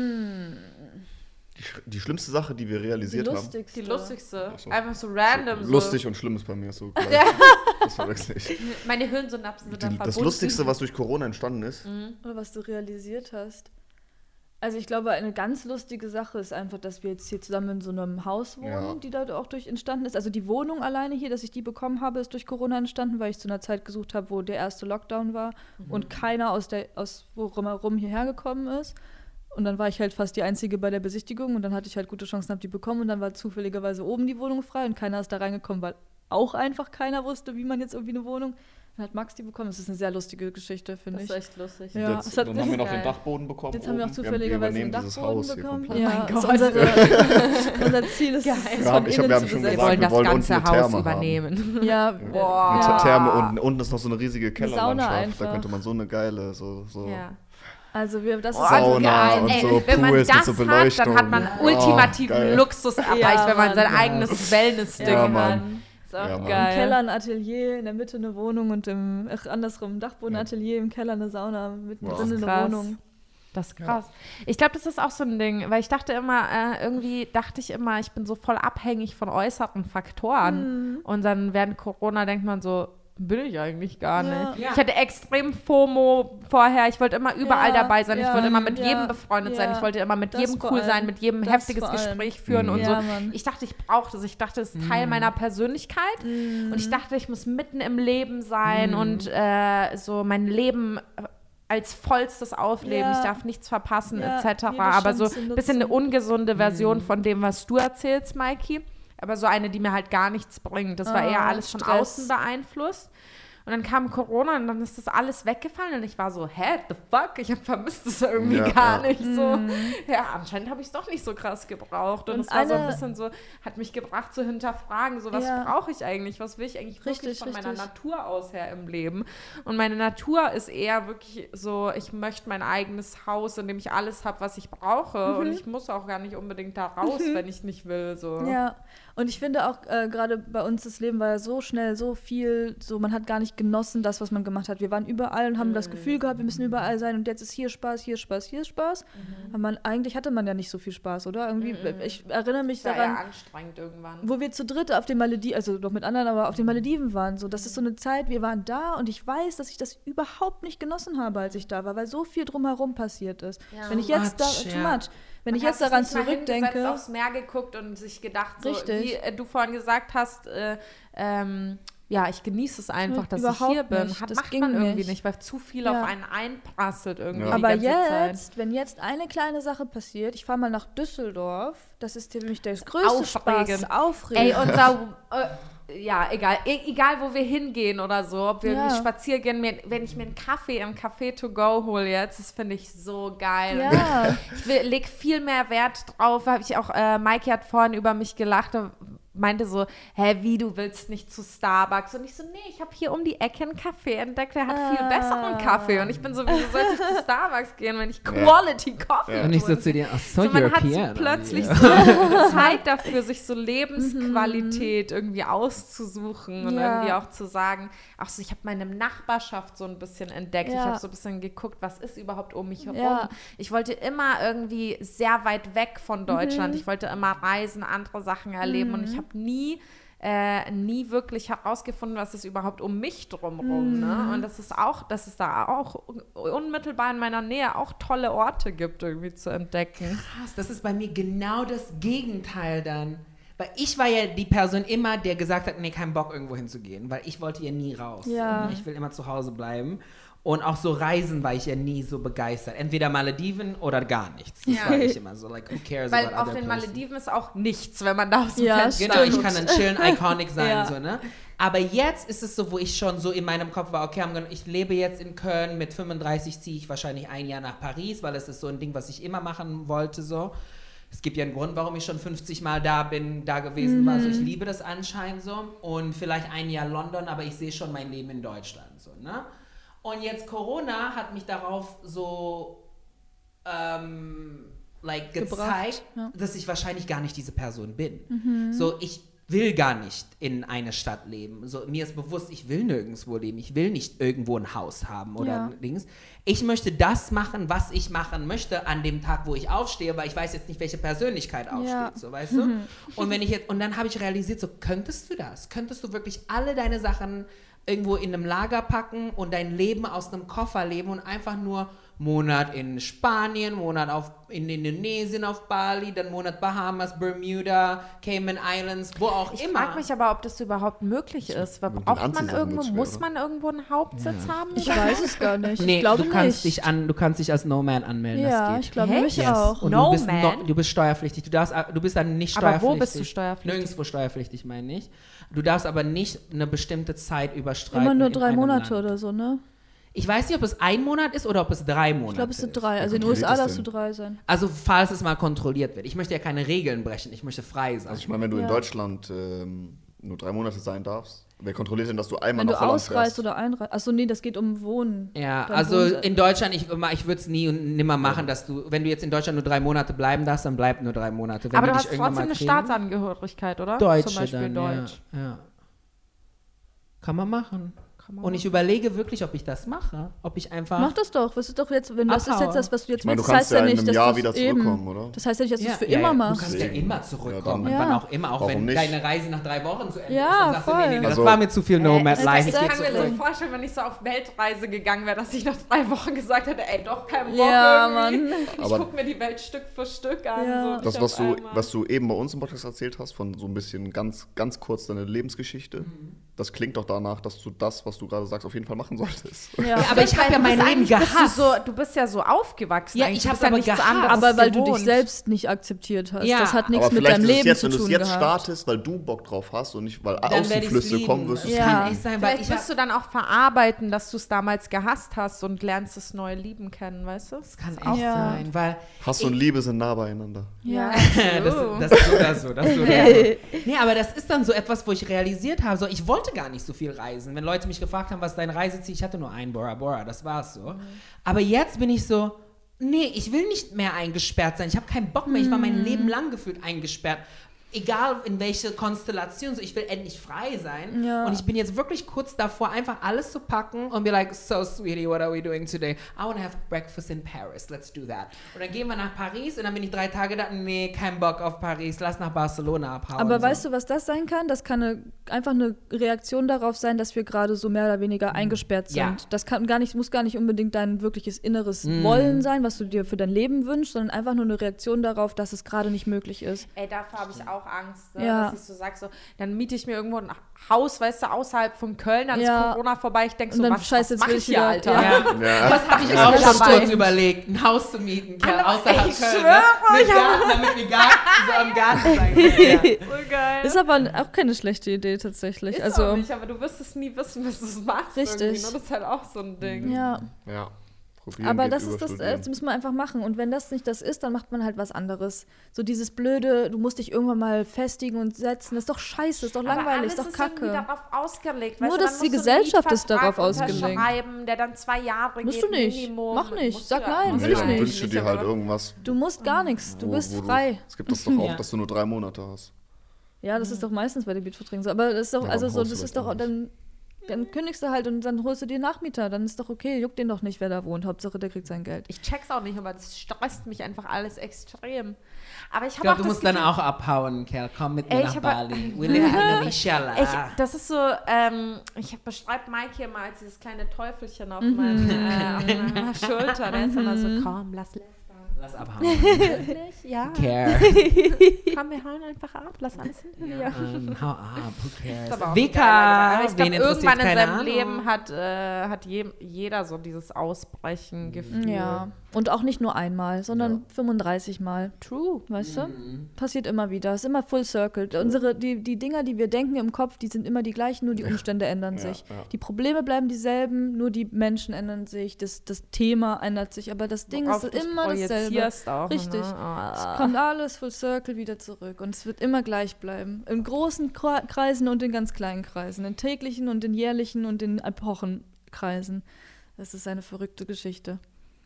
sch- die schlimmste Sache, die wir Die realisiert haben. lustigste. Die lustigste. Ach so. Einfach so random. So. Lustig und schlimm ist bei mir so gleich. Das verwechsel ich. Meine Hirnsynapsen sind da Die, verbunden. das Lustigste, was durch Corona entstanden ist, Oder was du realisiert hast. Also ich glaube, eine ganz lustige Sache ist einfach, dass wir jetzt hier zusammen in so einem Haus wohnen, Ja. die da auch durch entstanden ist. Also die Wohnung alleine hier, dass ich die bekommen habe, ist durch Corona entstanden, weil ich zu einer Zeit gesucht habe, wo der erste Lockdown war und keiner aus der aus worum herum hierher gekommen ist. Und dann war ich halt fast die Einzige bei der Besichtigung und dann hatte ich halt gute Chancen, habe die bekommen und dann war zufälligerweise oben die Wohnung frei und keiner ist da reingekommen, weil auch einfach keiner wusste, wie man jetzt irgendwie eine Wohnung. Dann hat Max die bekommen. Das ist eine sehr lustige Geschichte, finde Das ich. ist echt lustig. Ja. jetzt, es hat- dann das haben wir ist noch den geil. Dachboden bekommen. Jetzt haben wir auch oben. zufälligerweise wir einen übernehmen dieses Dachboden Haus hier bekommen. komplett. Ja, mein ist Gott. unsere, unser Ziel ist, Geil. es Wir von haben- ich hab- innen wir haben zu schon Wir besetzen. gesagt, wollen wir das wollen ganze unten eine Haus Therme haben. übernehmen. Ja, Boah. Eine Ja. Therme und unten ist noch so eine riesige Kellerlandschaft. einfach. Da könnte man so eine geile, so, so Ja. also wir, das ist Oh, also Sauna geil. und Ey, so wenn man Pools das mit so hat, dann Beleuchtung. hat man Oh, ultimativen geil. Luxus erreicht, Ja, wenn man Mann, sein ja. eigenes Wellness-Ding Ja, hat. Mann. Ist auch Ja, Mann. Im geil. Keller ein Atelier, in der Mitte eine Wohnung und im, ach, andersrum, im Dachboden ein Atelier, im Keller eine Sauna, mittendrin Wow. eine Krass. Wohnung. Das ist krass. Ich glaube, das ist auch so ein Ding, weil ich dachte immer, äh, irgendwie dachte ich immer, ich bin so voll abhängig von äußeren Faktoren. Und dann während Corona denkt man so, bin ich eigentlich gar Ja. nicht. Ja. Ich hatte extrem FOMO vorher. Ich wollte immer überall Ja, dabei sein. Ich ja, wollte immer mit ja, jedem befreundet sein. ja. Ich wollte immer mit Das jedem vor cool allem. sein, mit jedem Das heftiges vor allem. Gespräch führen und Ja, so. Mann. Ich dachte, ich brauche das. Ich dachte, das ist Teil meiner Persönlichkeit. Und ich dachte, ich muss mitten im Leben sein und äh, so mein Leben äh, als vollstes aufleben. Ja. Ich darf nichts verpassen, Ja, et cetera. jede Aber so Chance ein bisschen eine nutzen. ungesunde Version von dem, was du erzählst, Mikey. Aber so eine, die mir halt gar nichts bringt. Das war Ah, eher alles von Stress. außen beeinflusst. Und dann kam Corona und dann ist das alles weggefallen und ich war so, hä, the fuck? Ich habe vermisst es irgendwie Ja, gar ja. nicht so. Ja, anscheinend habe ich es doch nicht so krass gebraucht. Und, Und es war so ein eine- bisschen so, hat mich gebracht zu hinterfragen, so was Ja. brauche ich eigentlich? Was will ich eigentlich wirklich Richtig, von meiner richtig. Natur aus her im Leben? Und meine Natur ist eher wirklich so, ich möchte mein eigenes Haus, in dem ich alles habe, was ich brauche. Und ich muss auch gar nicht unbedingt da raus, wenn ich nicht will. So. Ja, und ich finde auch, äh, gerade bei uns, das Leben war ja so schnell, so viel, so man hat gar nicht genossen, das, was man gemacht hat. Wir waren überall und haben das Gefühl gehabt, wir müssen überall sein und jetzt ist hier Spaß, hier Spaß, hier Spaß. Aber man, eigentlich hatte man ja nicht so viel Spaß, oder? Irgendwie, ich erinnere mich Das war daran, ja anstrengend irgendwann. wo wir zu dritt auf den Malediven, also noch mit anderen, aber auf den Malediven waren. So, das ist so eine Zeit, wir waren da und ich weiß, dass ich das überhaupt nicht genossen habe, als ich da war, weil so viel drumherum passiert ist. Ja. Wenn ich Too jetzt da, much, too ja. much. Wenn Man ich hat jetzt sich daran nicht mal hingesetzt, zurückdenke, aufs Meer geguckt und sich gedacht, so, Richtig. wie äh, du vorhin gesagt hast, äh, ähm, ja, ich genieße es einfach, dass Überhaupt ich hier bin. nicht. Hat, Das macht ging man irgendwie nicht. nicht, weil zu viel Ja. auf einen einprasselt irgendwie Ja. die aber ganze Zeit. jetzt, wenn jetzt eine kleine Sache passiert, ich fahre mal nach Düsseldorf, das ist nämlich der größte Aufregend. Spaß, aufregend. Ey, unser, äh, ja, egal, e egal wo wir hingehen oder so, ob wir Ja. irgendwie spazieren gehen, mir, wenn ich mir einen Kaffee im Café to go hole jetzt, das finde ich so geil. Ja. Ich lege viel mehr Wert drauf, habe ich auch, äh, Maike hat vorhin über mich gelacht, da meinte so, hä, wie, du willst nicht zu Starbucks? Und ich so, nee, ich habe hier um die Ecke einen Kaffee entdeckt, der hat viel Ah. besseren Kaffee. Und ich bin so, wieso sollte ich zu Starbucks gehen, wenn ich Quality Coffee Ja. Und ich so trinke? zu dir, ach so, So, man hat so European. plötzlich Ja. so Zeit dafür, sich so Lebensqualität irgendwie auszusuchen und Ja. irgendwie auch zu sagen, ach so, ich habe meine Nachbarschaft so ein bisschen entdeckt. Ich Ja. habe so ein bisschen geguckt, was ist überhaupt um mich herum. Ja. Ich wollte immer irgendwie sehr weit weg von Deutschland. Ich wollte immer reisen, andere Sachen erleben und ich habe nie Äh, nie wirklich herausgefunden, was ist überhaupt um mich drumherum. Ne? Und das ist auch, dass es da auch unmittelbar in meiner Nähe auch tolle Orte gibt, irgendwie zu entdecken. Krass, das ist bei mir genau das Gegenteil dann. Weil ich war ja die Person immer, der gesagt hat, nee, keinen Bock irgendwo hinzugehen, weil ich wollte ja nie raus. Ja. Ich will immer zu Hause bleiben. Und auch so Reisen war ich ja nie so begeistert. Entweder Malediven oder gar nichts. Das Ja. war ich immer so, like, who cares Weil about auf other den places? Malediven ist auch nichts, wenn man da aus dem Ja, Fenster Genau, ich guckt. kann dann chillen, iconic sein, Ja. so, ne? Aber jetzt ist es so, wo ich schon so in meinem Kopf war, okay, I'm gonna, ich lebe jetzt in Köln, mit fünfunddreißig ziehe ich wahrscheinlich ein Jahr nach Paris, weil es ist so ein Ding, was ich immer machen wollte, so. Es gibt ja einen Grund, warum ich schon fünfzig Mal da bin, da gewesen war, so ich liebe das anscheinend so. Und vielleicht ein Jahr London, aber ich sehe schon mein Leben in Deutschland, so, ne? Und jetzt Corona hat mich darauf so ähm, like Gebracht, gezeigt, ja. dass ich wahrscheinlich gar nicht diese Person bin. So, ich will gar nicht in einer Stadt leben. So, mir ist bewusst, ich will nirgendwo leben. Ich will nicht irgendwo ein Haus haben oder Ja. ein Dings. Ich möchte das machen, was ich machen möchte an dem Tag, wo ich aufstehe, weil ich weiß jetzt nicht, welche Persönlichkeit aufsteht, Ja. so, weißt du? Und wenn ich jetzt, und dann habe ich realisiert, so, könntest du das? Könntest du wirklich alle deine Sachen irgendwo in einem Lager packen und dein Leben aus einem Koffer leben und einfach nur Monat in Spanien, Monat auf, in Indonesien, auf Bali, dann Monat Bahamas, Bermuda, Cayman Islands, wo auch Ich immer. frage mich aber, ob das überhaupt möglich ist. Weil mit den Braucht man Anziehsachen irgendwo, wird's muss schwer, man irgendwo einen Hauptsitz haben? Ich weiß es gar nicht. Nee, ich glaube du kannst nicht. dich an, du kannst dich als Nomad anmelden, ja, das geht. ich glaube Hä? nämlich Yes. auch. Und No du bist, man? no, du bist steuerpflichtig. Du, darfst, du bist dann nicht Aber steuerpflichtig. wo bist du steuerpflichtig? Nirgendwo steuerpflichtig, meine ich. Du darfst aber nicht eine bestimmte Zeit überstreiten. Immer nur in drei einem Monate Land. oder so, ne? Ich weiß nicht, ob es ein Monat ist oder ob es drei Monate Ich glaube, es sind ist. drei. Also in den U kontrolliert S A das darfst du denn? drei sein. Also falls es mal kontrolliert wird. Ich möchte ja keine Regeln brechen, ich möchte frei sein. Also ich meine, wenn du in Ja. Deutschland ähm, nur drei Monate sein darfst, wer kontrolliert denn, dass du einmal Wenn du nach Holland ausreist fährst? oder einreist. Achso, nee, das geht um Wohnen. ja, Dein also Wohnsitz. in Deutschland, ich, ich würde es nie und nimmer machen, dass du, wenn du jetzt in Deutschland nur drei Monate bleiben darfst, dann bleib nur drei Monate. Wenn Aber die du dich hast irgendwann trotzdem mal eine kriegen- Staatsangehörigkeit, oder? Deutsche Zum Beispiel dann, Deutsch. Ja, ja. Kann man machen. Kann man Und ich überlege wirklich, ob ich das mache. Ob ich einfach... Mach das doch. Was ist doch jetzt, wenn das ist Abhaue. jetzt das, was du jetzt Ich meine, du willst, das heißt kannst ja in nicht, einem dass Jahr du's wieder eben- zurückkommen, oder? Das heißt ja nicht, dass du Ja, es für ja, immer ja. machst. Du kannst ja Deswegen. immer zurückkommen. Ja, und dann- wann auch immer, auch Warum wenn nicht? deine Reise nach drei Wochen zu Ende Ja, ist. Dann sagst du, nee, nee, nee, das voll. war mir zu viel Nomad Äh, Life. ich Ich geh kann mir zurück. so vorstellen, wenn ich so auf Weltreise gegangen wäre, dass ich nach drei Wochen gesagt hätte, ey, doch kein Bock Ja, irgendwie. Mann. Ich Aber gucke mir die Welt Stück für Stück an. Ja. So Das, nicht was auf du, einmal. was du eben bei uns im Podcast erzählt hast, von so ein bisschen ganz, ganz kurz deine Lebensgeschichte, das klingt doch danach, dass du das, was du gerade sagst, auf jeden Fall machen solltest. Ja. Ja, aber ich habe ja mein Leben Bist du, gehasst. so, du bist ja so aufgewachsen. Ja, eigentlich. ich Du hab's bist ja aber nichts gehasst. anderes Aber weil du dich gewohnt. selbst nicht akzeptiert hast. Ja. Das hat nichts Aber mit vielleicht deinem ist es Leben jetzt, zu wenn du tun es jetzt gehabt. startest, weil du Bock drauf hast und nicht, weil Dann werd ich's Außenflüsse kommen, lieben. wirst du Es es Ja. kann echt sein, weil Vielleicht ich wirst du dann auch verarbeiten, dass du es damals gehasst hast und lernst das neue Lieben kennen, weißt du? Das kann echt auch Ja. sein, weil Hass und Liebe sind nah beieinander. Ja. das, das ist sogar so, das ist sogar so. Nee, aber das ist dann so etwas, wo ich realisiert habe, so, ich wollte gar nicht so viel reisen. Wenn Leute mich gefragt haben, was ist dein Reiseziel, ich hatte nur ein Bora Bora, das war's so. Mhm. Aber jetzt bin ich so, nee, ich will nicht mehr eingesperrt sein. Ich habe keinen Bock mehr, ich war mein Leben lang gefühlt eingesperrt. Egal in welche Konstellation, so ich will endlich frei sein. Ja. Und ich bin jetzt wirklich kurz davor, einfach alles zu packen und be like, so sweetie, what are we doing today? I want to have breakfast in Paris, let's do that. Und dann gehen wir nach Paris und dann bin ich drei Tage da, nee, kein Bock auf Paris, lass nach Barcelona abhauen. Aber so. weißt du, was das sein kann? Das kann eine, einfach eine Reaktion darauf sein, dass wir gerade so mehr oder weniger eingesperrt sind. Ja. Das kann gar nicht, muss gar nicht unbedingt dein wirkliches inneres Wollen sein, was du dir für dein Leben wünschst, sondern einfach nur eine Reaktion darauf, dass es gerade nicht möglich ist. Ey, davor habe ich auch Angst, ne? Ja. Dass ich so sag, so, dann miete ich mir irgendwo ein Haus, weißt du, außerhalb von Köln, dann Ja. ist Corona vorbei, ich denke Und so, dann was, scheiße, was jetzt mach will ich ich hier, wieder- Alter? Ja. Ja. Das habe ich Ich auch bin schon dabei. kurz überlegt, ein Haus zu mieten, Kerl, Anna, außerhalb ich Köln. schwöre, ne? ich Mit Garten, damit wir Garten, so am Garten sein können. Ja. So geil. Ist aber auch keine schlechte Idee tatsächlich. Ist also auch nicht, aber du wirst es nie wissen, bis du es machst. Richtig. irgendwie, ne? Das ist halt auch so ein Ding. ja. Ja. Probieren Aber geht das über ist das, Studieren. das muss man einfach machen. Und wenn das nicht das ist, dann macht man halt was anderes. So dieses blöde, du musst dich irgendwann mal festigen und setzen, das ist doch scheiße, das ist doch Aber langweilig, alles ist doch ist irgendwie kacke. darauf ausgelegt. Nur, weißt du, dass dann die musst du einen Gesellschaft ist Mietvertrag darauf ausgelegt. unterschreiben, der dann zwei Jahre Musst geht, du nicht. Minimum. Mach nicht. Musst Sag du nein, musst will Nee, ich du dann nicht. wünschst du dir halt irgendwas, Du musst gar nichts, du wo, bist wo frei. Du, es gibt das doch auch, Ja. dass du nur drei Monate hast. Ja, das ist doch meistens bei den Mietverträgen so. Aber das ist doch, Ja, also beim so, Haus das vielleicht ist doch, auch dann, dann kündigst du halt und dann holst du dir Nachmieter. Dann ist doch okay, juckt den doch nicht, wer da wohnt. Hauptsache, der kriegt sein Geld. Ich check's auch nicht, aber das stresst mich einfach alles extrem. Aber ich Ich habe glaube, auch du das musst dann Gefühl, auch abhauen, Kerl. Komm mit mir Ey, nach ich hab- Bali. We live in Inshallah. ich, das ist so, ähm, ich beschreibe Mike hier mal als dieses kleine Teufelchen auf, meinem, äh, auf meiner Schulter. Der ist immer so, komm, lass lästern. Lass abhauen. Wirklich? Ja. Care. Komm, wir hauen einfach ab, lass alles hinter dir. Ja, ähm, hau ab, who cares? Das ist aber auch Vika, geil, aber ich wen glaube, interessiert irgendwann in keine seinem Ahnung. Leben hat, äh, hat je, jeder so dieses Ausbrechen-Gefühl. Ja. Und auch nicht nur einmal, sondern fünfunddreißig Mal. True. Weißt du? Mhm. Passiert immer wieder. Ist immer full circle. Unsere, die, die Dinger, die wir denken im Kopf, die sind immer die gleichen, nur die Umstände ändern Ja, sich. ja. Die Probleme bleiben dieselben, nur die Menschen ändern sich, das, das Thema ändert sich, aber das Ding Worauf ist du's immer dasselbe. projizierst auch, Richtig. Ne? Es Ah. kommt alles full circle wieder zurück und es wird immer gleich bleiben. In großen Kre- Kreisen und in ganz kleinen Kreisen, in täglichen und in jährlichen und in Epochenkreisen. Das ist eine verrückte Geschichte.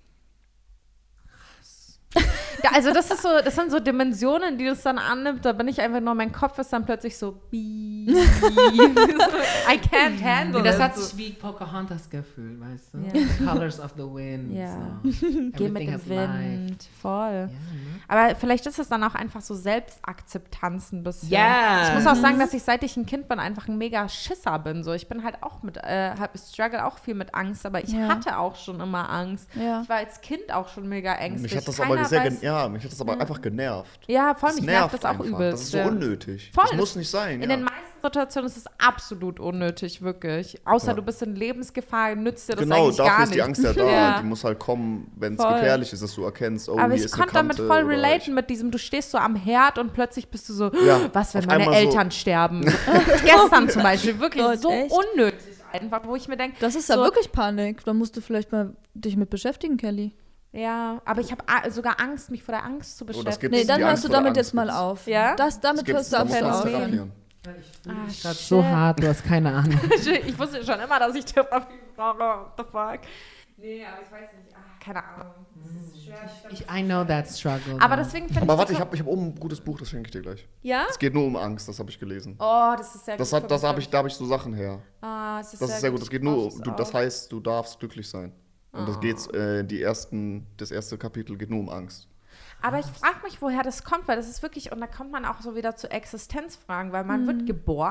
Ja, also das ist so, das sind so Dimensionen, die das dann annimmt. Da bin ich einfach nur, mein Kopf ist dann plötzlich so beep. I can't handle Nee, das it. hat sich wie Pocahontas gefühlt, weißt du? Ja. The colors of the wind. Ja. So. Geh mit Everything dem has life. Wind. Voll. Ja, ne? Aber vielleicht ist es dann auch einfach so Selbstakzeptanz ein bisschen. Ja. Ich muss auch sagen, dass ich, seit ich ein Kind bin, einfach ein mega Schisser bin. So, ich bin halt auch mit, äh, hab, struggle auch viel mit Angst, aber ich Ja. hatte auch schon immer Angst. Ja. Ich war als Kind auch schon mega ängstlich. Mich hat das Keiner aber sehr weiß- gen ja, mich hat das aber einfach genervt. Ja, voll, Das mich nervt das auch einfach. übelst. Das ist so ja. unnötig. Voll, das muss das- nicht sein. In ja. den meisten Situationen ist es absolut unnötig, wirklich. Außer Ja. du bist in Lebensgefahr, nützt dir das Genau, eigentlich gar dafür nicht. ist die Angst ja da. Ja. Die muss halt kommen, wenn es Voll. gefährlich ist, dass du erkennst, oh, Aber hier ich ist eine konnte damit Kante voll oder relaten mit diesem, du stehst so am Herd und plötzlich bist du so, Ja, was, wenn auf meine einmal so- Eltern sterben? Gestern zum Beispiel, wirklich Gott, so echt? unnötig einfach, wo ich mir denke, Das ist ja so, wirklich Panik. Da musst du vielleicht mal dich mit beschäftigen, Kelly. ja, aber ich habe a- sogar Angst, mich vor der Angst zu Oh, das beschäftigen. gibt's. Nee, dann Die hörst Angst du vor der damit Angst jetzt mal gibt's. auf. Ja? Das, damit Das gibt's, hörst du da auf muss man zu was Phänomen. therapieren. Ich fühle Ah, mich gerade shit. so hart, du hast keine Ahnung. Ich wusste schon immer, dass ich Therapie brauche. What the fuck? Nee, aber ich weiß nicht. Ah, keine Ahnung. Das ist schwer. Ich, I know that struggle. Aber though. deswegen finde Aber ich warte, ich das- habe ich hab oben ein gutes Buch, das schenke ich dir gleich. Ja? Es geht nur um Angst, das habe ich gelesen. Oh, das ist sehr Das, gut. hat, für das mich, habe ich, da habe ich so Sachen her. Ah, es ist Das ist sehr gut. Das geht nur, Ich brauch du, das auch. heißt, du darfst glücklich sein. Und das geht's, äh, die ersten, das erste Kapitel geht nur um Angst. Aber ich frage mich, woher das kommt, weil das ist wirklich, und da kommt man auch so wieder zu Existenzfragen, weil man wird geboren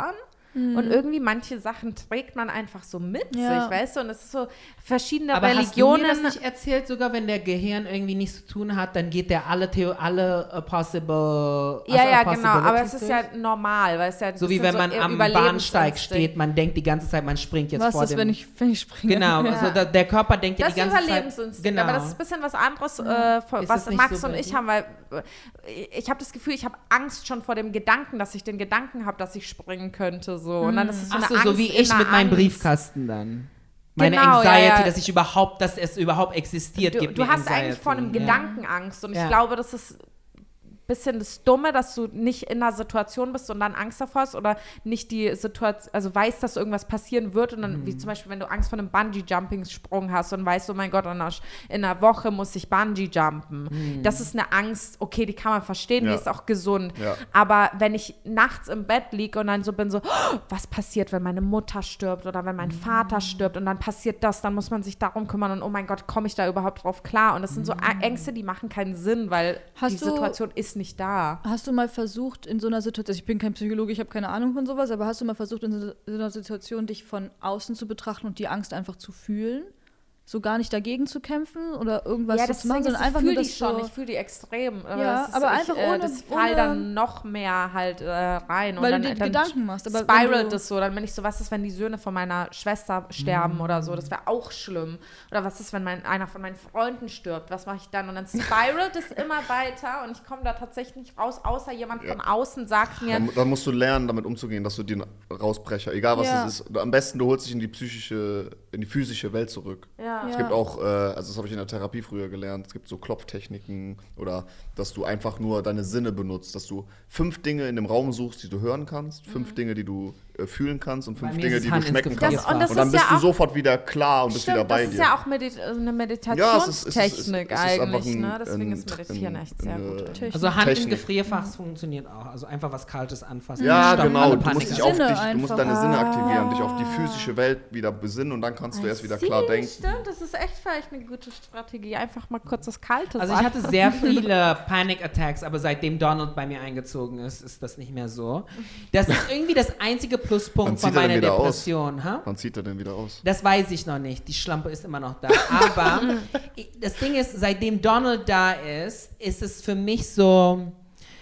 Mhm. Und irgendwie manche Sachen trägt man einfach so mit Ja. sich, weißt du? Und es ist so verschiedene Aber Religionen. hast du mir das nicht erzählt, sogar wenn der Gehirn irgendwie nichts zu tun hat, dann geht der alle, Theo alle uh, possible ja, also ja, possibilities genau. Aber es ist durch? ja normal, weil es ja ein So wie bisschen wenn man so am Überlebensinstinkt. Bahnsteig steht, man denkt die ganze Zeit, man springt jetzt Was vor ist, dem... wenn ich, wenn ich springe? Genau, Ja. also da, der Körper denkt ja Das die ist ganze Zeit... Überlebensinstinkt, Genau. aber das ist ein bisschen was anderes, äh, von, Ist was das nicht Max so und bei ich dir? haben, weil äh, ich habe das Gefühl, ich habe Angst schon vor dem Gedanken, dass ich den Gedanken habe, dass ich springen könnte, so. Und dann ist es so Ach eine so, Angst so wie ich in mit einer meinem Angst. Briefkasten dann. Meine Genau, ja, Anxiety, ja. dass ich überhaupt, dass es überhaupt existiert, Du, gibt du mir hast eigentlich Anxiety. vor einem Ja. Gedanken Angst und Ja. ich glaube, das ist ein bisschen das Dumme, dass du nicht in einer Situation bist und dann Angst davor hast oder nicht die Situation, also weißt, dass irgendwas passieren wird und dann, Mhm. wie zum Beispiel, wenn du Angst vor einem Bungee-Jumping-Sprung hast und weißt, oh mein Gott, in einer, in einer Woche muss ich Bungee-jumpen. Mhm. Das ist eine Angst, okay, die kann man verstehen, Ja. die ist auch gesund. Ja. Aber wenn ich nachts im Bett liege und dann so bin, so, oh, was passiert, wenn meine Mutter stirbt oder wenn mein Mhm. Vater stirbt und dann passiert das, dann muss man sich darum kümmern und oh mein Gott, komme ich da überhaupt drauf klar? Und das sind so Mhm. Ängste, die machen keinen Sinn, weil Hast die du- Situation ist nicht da. Hast du mal versucht, in so einer Situation, ich bin kein Psychologe, ich habe keine Ahnung von sowas, aber hast du mal versucht, in so so einer Situation dich von außen zu betrachten und die Angst einfach zu fühlen? So gar nicht dagegen zu kämpfen oder irgendwas ja, so das zu machen, Ding ist, sondern ich einfach fühle nur die das schon, so, ich fühle die extrem. Ja, das ist, aber ich, einfach äh, ohne- das fall ohne- dann noch mehr halt äh, rein. weil und du dann, dir dann Gedanken machst. Aber wenn spiralt du, es so, dann bin ich so, was ist, wenn die Söhne von meiner Schwester sterben oder so, das wäre auch schlimm. Oder was ist, wenn mein, einer von meinen Freunden stirbt, was mache ich dann? Und dann spiralt es immer weiter und ich komme da tatsächlich nicht raus, außer jemand Ja. von außen sagt mir, Dann, dann musst du lernen, damit umzugehen, dass du den Rausbrecher, egal was Ja. es ist, am besten du holst dich in die psychische, in die physische Welt zurück. ja. Es Ja. gibt auch, äh, also das habe ich in der Therapie früher gelernt, es gibt so Klopftechniken oder dass du einfach nur deine Sinne benutzt, dass du fünf Dinge in dem Raum suchst, die du hören kannst, fünf Dinge, die du äh, fühlen kannst und Bei fünf mir Dinge, ist es die du Hand ins schmecken Gefäß kannst. Das- und das Und dann ist bist ja du auch- sofort wieder klar und bist Stimmt, wieder bei das ist dir. ja auch Medit eine Ja, es ist- es ist- es ist- Meditationstechnik es ist einfach eigentlich, ein- ne? Deswegen ein- ist Meditieren ein- echt sehr eine- gut. Technik. Also Hand im Technik. Gefrierfach funktioniert auch. Also einfach was Kaltes anfassen. Ja, Stoppt genau. alle Du Panik musst, dich ab. auf Sinne dich, du musst einfach. deine Sinne Ah. aktivieren, dich auf die physische Welt wieder besinnen und dann kannst du erst wieder klar denken. Stimmt, das ist echt vielleicht eine gute Strategie. Einfach mal kurz das Kalte Also ich hatte sehr viele Panic Attacks, aber seitdem Donald bei mir eingezogen ist, ist das nicht mehr so. Das ist irgendwie das einzige Wann Pluspunkt zieht von er denn meiner wieder aus? Depression. Ha? Wann zieht er denn wieder aus? Das weiß ich noch nicht. Die Schlampe ist immer noch da. Aber ich- das Ding ist, seitdem Donald da ist, ist es für mich so,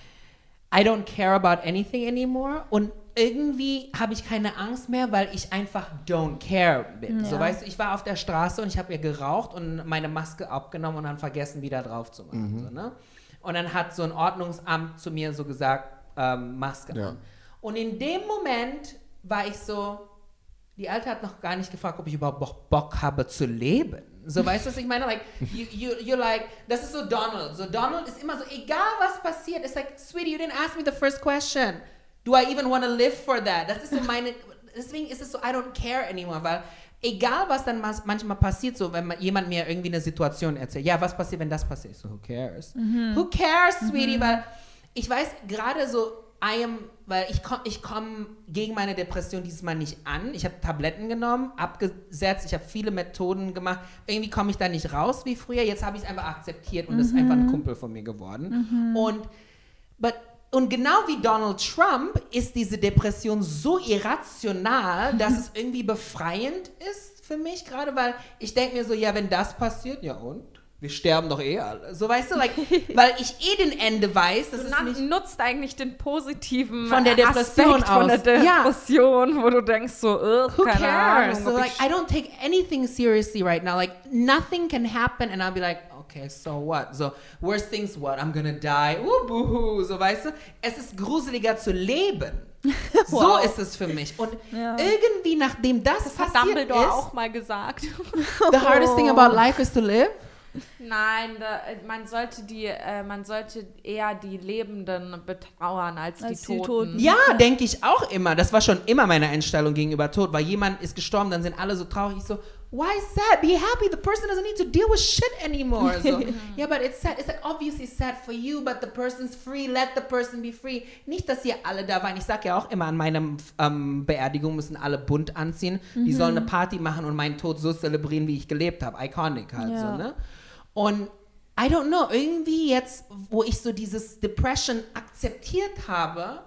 I don't care about anything anymore. Und irgendwie habe ich keine Angst mehr, weil ich einfach don't care bin. So, Ja. weißt du, ich war auf der Straße und ich habe mir geraucht und meine Maske abgenommen und dann vergessen, wieder drauf zu machen. So, ne? Und dann hat so ein Ordnungsamt zu mir so gesagt, ähm, Maske Ja. an. Und in dem Moment war ich so, die Alte hat noch gar nicht gefragt, ob ich überhaupt Bock, Bock habe zu leben. So, weißt du, was ich meine? Like, you, you, you're like, das ist so Donald. So, Donald ist immer so, egal was passiert, it's like, sweetie, you didn't ask me the first question. Do I even want to live for that? Das ist so meine, deswegen ist es so, I don't care anymore, weil egal was dann mas- manchmal passiert, so, wenn man, jemand mir irgendwie eine Situation erzählt, ja, was passiert, wenn das passiert? So, who cares? Who cares, sweetie? Weil ich weiß, gerade so, I am, weil ich komme ich komm gegen meine Depression dieses Mal nicht an. Ich habe Tabletten genommen, abgesetzt, ich habe viele Methoden gemacht. Irgendwie komme ich da nicht raus wie früher. Jetzt habe ich es einfach akzeptiert und das ist einfach ein Kumpel von mir geworden. Und, but, und genau wie Donald Trump ist diese Depression so irrational, dass es irgendwie befreiend ist für mich gerade, weil ich denke mir so, ja, wenn das passiert, ja und? Wir sterben doch eh alle. So, weißt du, like, weil ich eh den Ende weiß, das Du ist na- nicht... nutzt eigentlich den positiven Von der Depression Aspekt von der aus. Ja. Depression, wo du denkst so, ugh, Who keine cares? Ahnung. So, ob like, ich- I don't take anything seriously right now. Like, nothing can happen and I'll be like, okay, so what? So, worst things what? I'm gonna die. Uh, buhu. So, weißt du? Es ist gruseliger zu leben. So Wow. ist es für mich. Und Ja. irgendwie, nachdem das, Das hat passiert Dumbledore ist, auch mal gesagt. the hardest thing about life is to live. Nein, da, äh, man sollte die, äh, man sollte eher die Lebenden betrauern als, Als die die Toten. Toten. Ja, denke ich auch immer. Das war schon immer meine Einstellung gegenüber Tod, weil jemand ist gestorben, dann sind alle so traurig. Ich so, why sad? Be happy. The person doesn't need to deal with shit anymore. So, yeah, but it's sad. It's like obviously sad for you, but the person's free. Let the person be free. Nicht, dass ihr alle da waren. Ich sage ja auch immer, an meiner ähm, Beerdigung müssen alle bunt anziehen. Die sollen eine Party machen und meinen Tod so zelebrieren, wie ich gelebt habe. Iconic halt Ja. so, ne? Und I don't know, irgendwie jetzt, wo ich so dieses Depression akzeptiert habe,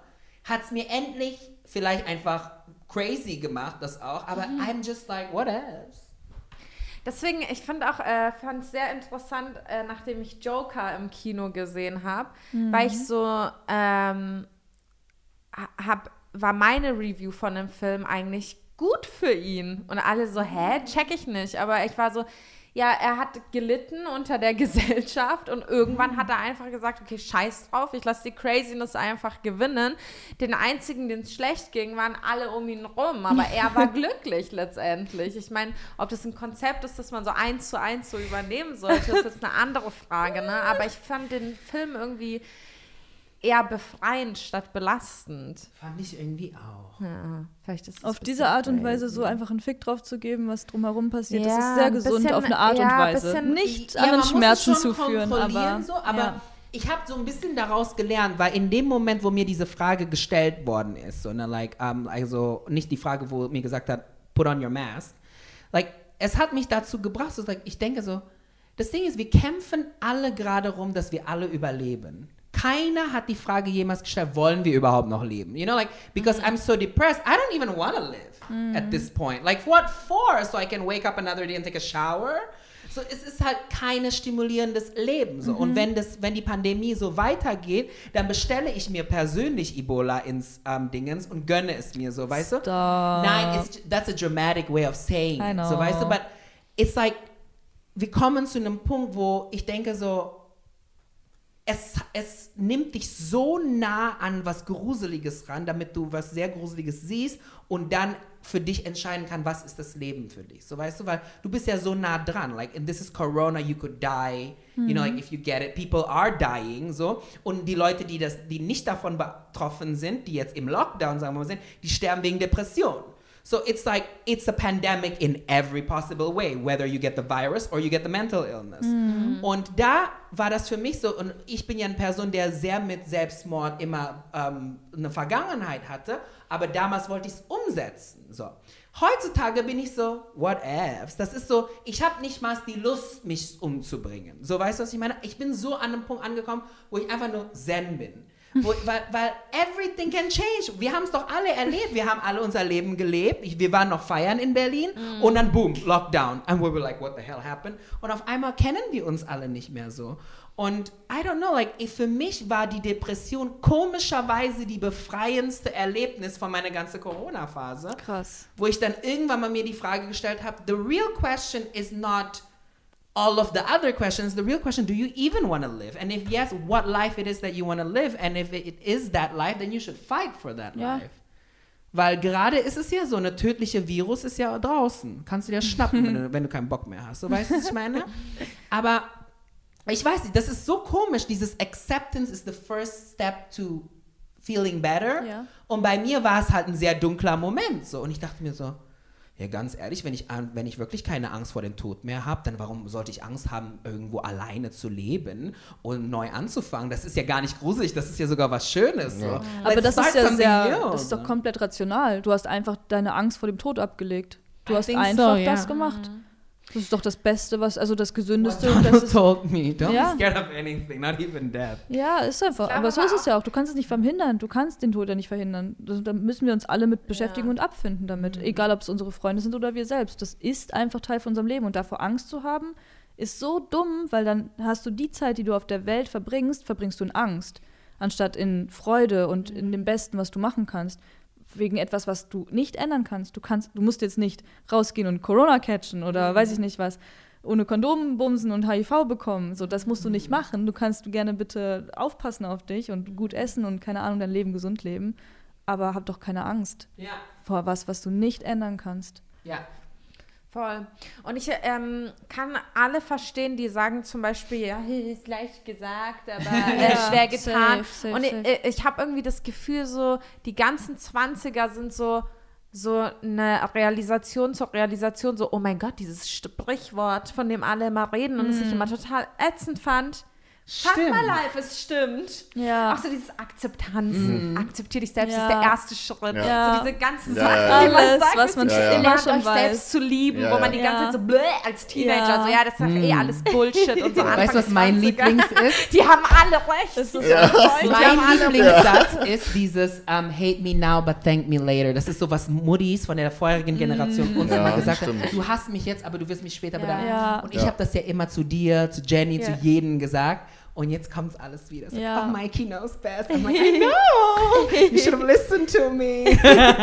hat es mir endlich vielleicht einfach crazy gemacht, das auch, aber mhm. I'm just like, what else? Deswegen, ich fand auch, äh, fand es sehr interessant, äh, nachdem ich Joker im Kino gesehen habe, mhm. weil ich so, ähm, hab, war meine Review von dem Film eigentlich gut für ihn. Und alle so, hä, check ich nicht. Aber ich war so, ja, er hat gelitten unter der Gesellschaft und irgendwann hat er einfach gesagt, okay, scheiß drauf, ich lasse die Craziness einfach gewinnen. Den einzigen, denen es schlecht ging, waren alle um ihn rum, aber er war glücklich letztendlich. Ich meine, ob das ein Konzept ist, das man so eins zu eins so übernehmen sollte, ist jetzt eine andere Frage, ne? Aber ich fand den Film irgendwie eher befreiend statt belastend. Fand ich irgendwie auch. Ja, vielleicht ist es auf diese Art und Weise so einfach einen Fick drauf zu geben, was drumherum passiert, ja, das ist sehr gesund bisschen, auf eine Art ja, und Weise. Bisschen, nicht ja, anderen Schmerzen schon zuführen, aber, so, aber ja. ich habe so ein bisschen daraus gelernt, weil in dem Moment, wo mir diese Frage gestellt worden ist, so, ne, like, um, also nicht die Frage, wo mir gesagt hat, put on your mask, like, es hat mich dazu gebracht, so, like, ich denke so, das Ding ist, wir kämpfen alle gerade rum, dass wir alle überleben. Keiner hat die Frage jemals gestellt, wollen wir überhaupt noch leben? You know, like, because mm. I'm so depressed, I don't even want to live mm. at this point. Like, what for? So I can wake up another day and take a shower? So, es ist halt kein stimulierendes Leben. So. Mm-hmm. Und wenn, das, wenn die Pandemie so weitergeht, dann bestelle ich mir persönlich Ebola ins ähm, Dingens und gönne es mir so, weißt Stop. du? Nein, it's, that's a dramatic way of saying I it. know. So, weißt du, but it's like, wir kommen zu einem Punkt, wo ich denke so, Es, es nimmt dich so nah an was Gruseliges ran, damit du was sehr Gruseliges siehst und dann für dich entscheiden kann, was ist das Leben für dich. So, weißt du, weil du bist ja so nah dran. Like, and this is Corona, you could die. Mhm. You know, like, if you get it, people are dying, so. Und die Leute, die, das, die nicht davon betroffen sind, die jetzt im Lockdown, sagen wir mal, sind, die sterben wegen Depression. So it's like, it's a pandemic in every possible way, whether you get the virus or you get the mental illness. Mhm. Und da war das für mich so, und ich bin ja eine Person, der sehr mit Selbstmord immer ähm, eine Vergangenheit hatte, aber damals wollte ich es umsetzen. So. Heutzutage bin ich so, what ifs? Das ist so, ich habe nicht mal die Lust, mich umzubringen. So, weißt du, was ich meine? Ich bin so an einem Punkt angekommen, wo ich einfach nur zen bin. Wo, weil, weil everything can change. Wir haben es doch alle erlebt. Wir haben alle unser Leben gelebt. Ich, wir waren noch feiern in Berlin mm. und dann boom, Lockdown. And we were like, what the hell happened? Und auf einmal kennen wir uns alle nicht mehr so. Und I don't know, like, für mich war die Depression komischerweise die befreiendste Erlebnis von meiner ganzen Corona-Phase. Krass. Wo ich dann irgendwann mal mir die Frage gestellt habe, the real question is not all of the other questions. The real question, do you even want to live? And if yes, what life it is that you want to live? And if it is that life, then you should fight for that ja. life. Weil gerade ist es ja so, eine tödliche Virus ist ja draußen. Kannst du dir schnappen, wenn, du, wenn du keinen Bock mehr hast. So, weißt du, was ich meine? Aber ich weiß nicht, das ist so komisch. Dieses Acceptance is the first step to feeling better. Ja. Und bei mir war es halt ein sehr dunkler Moment. So. Und ich dachte mir so, ja, ganz ehrlich, wenn ich, wenn ich wirklich keine Angst vor dem Tod mehr habe, dann warum sollte ich Angst haben, irgendwo alleine zu leben und neu anzufangen? Das ist ja gar nicht gruselig, das ist ja sogar was Schönes. So. Ja. Aber das ist ja sehr, new, das ist doch so. komplett rational. Du hast einfach deine Angst vor dem Tod abgelegt. Du I hast think einfach so, yeah. das gemacht. Das ist doch das Beste, was, also das Gesündeste. What Und das Donald ist, told me, don't Ja. be scared of anything, not even death. ja, ist einfach. glaube Aber so aber ist es ja auch. Du kannst es nicht verhindern. Du kannst den Tod ja nicht verhindern. Das, da müssen wir uns alle mit beschäftigen Ja. und abfinden damit. Mhm. Egal, ob es unsere Freunde sind oder wir selbst. Das ist einfach Teil von unserem Leben. Und davor Angst zu haben, ist so dumm, weil dann hast du die Zeit, die du auf der Welt verbringst, verbringst du in Angst. Anstatt in Freude und in dem Besten, was du machen kannst. Wegen etwas, was du nicht ändern kannst. Du kannst, du musst jetzt nicht rausgehen und Corona catchen oder Mhm. weiß ich nicht was. Ohne Kondom bumsen und H I V bekommen. So, das musst du nicht machen. Du kannst gerne bitte aufpassen auf dich und gut essen und, keine Ahnung, dein Leben gesund leben. Aber hab doch keine Angst Ja, vor was, was du nicht ändern kannst. ja. Voll. Und ich ähm, kann alle verstehen, die sagen zum Beispiel, ja, ist leicht gesagt, aber äh, Ja, schwer getan. safe, safe, und ich, safe. äh, ich habe irgendwie das Gefühl, so die ganzen Zwanziger sind so so eine Realisation zur Realisation, so, oh mein Gott, dieses Sprichwort, von dem alle immer reden und es ich immer total ätzend fand, Fuck Stimmt. my life, es stimmt. Ja. Auch so dieses Akzeptanzen. Mhm. Akzeptier dich selbst, Ja. ist der erste Schritt. Ja. So diese ganzen Ja, Sachen, ja, ja. die man Alles, sagt, was man Ja, ja. immer lernt schon euch weiß. selbst zu lieben, Ja, wo man ja. die ganze Ja. Zeit so bläh als Teenager, Ja. so ja, das ist doch eh alles Bullshit und so Anfang Weißt du, was mein zwanziger. Lieblings ist? Die haben alle recht. Das ist Ja. einfach so. Die haben Mein alle Lieblingssatz ist dieses um, Hate me now, but thank me later. Das ist so, was Muttis von der vorherigen Generation uns Ja, immer gesagt haben. stimmt. Du hasst mich jetzt, aber du wirst mich später Ja. bedanken. Ja. Und ich Ja. habe das ja immer zu dir, zu Jenny, Ja. zu jedem gesagt. Und jetzt kommt alles wieder. So, Ja. oh, Mikey knows best. I'm like, I know. You should have listened to me.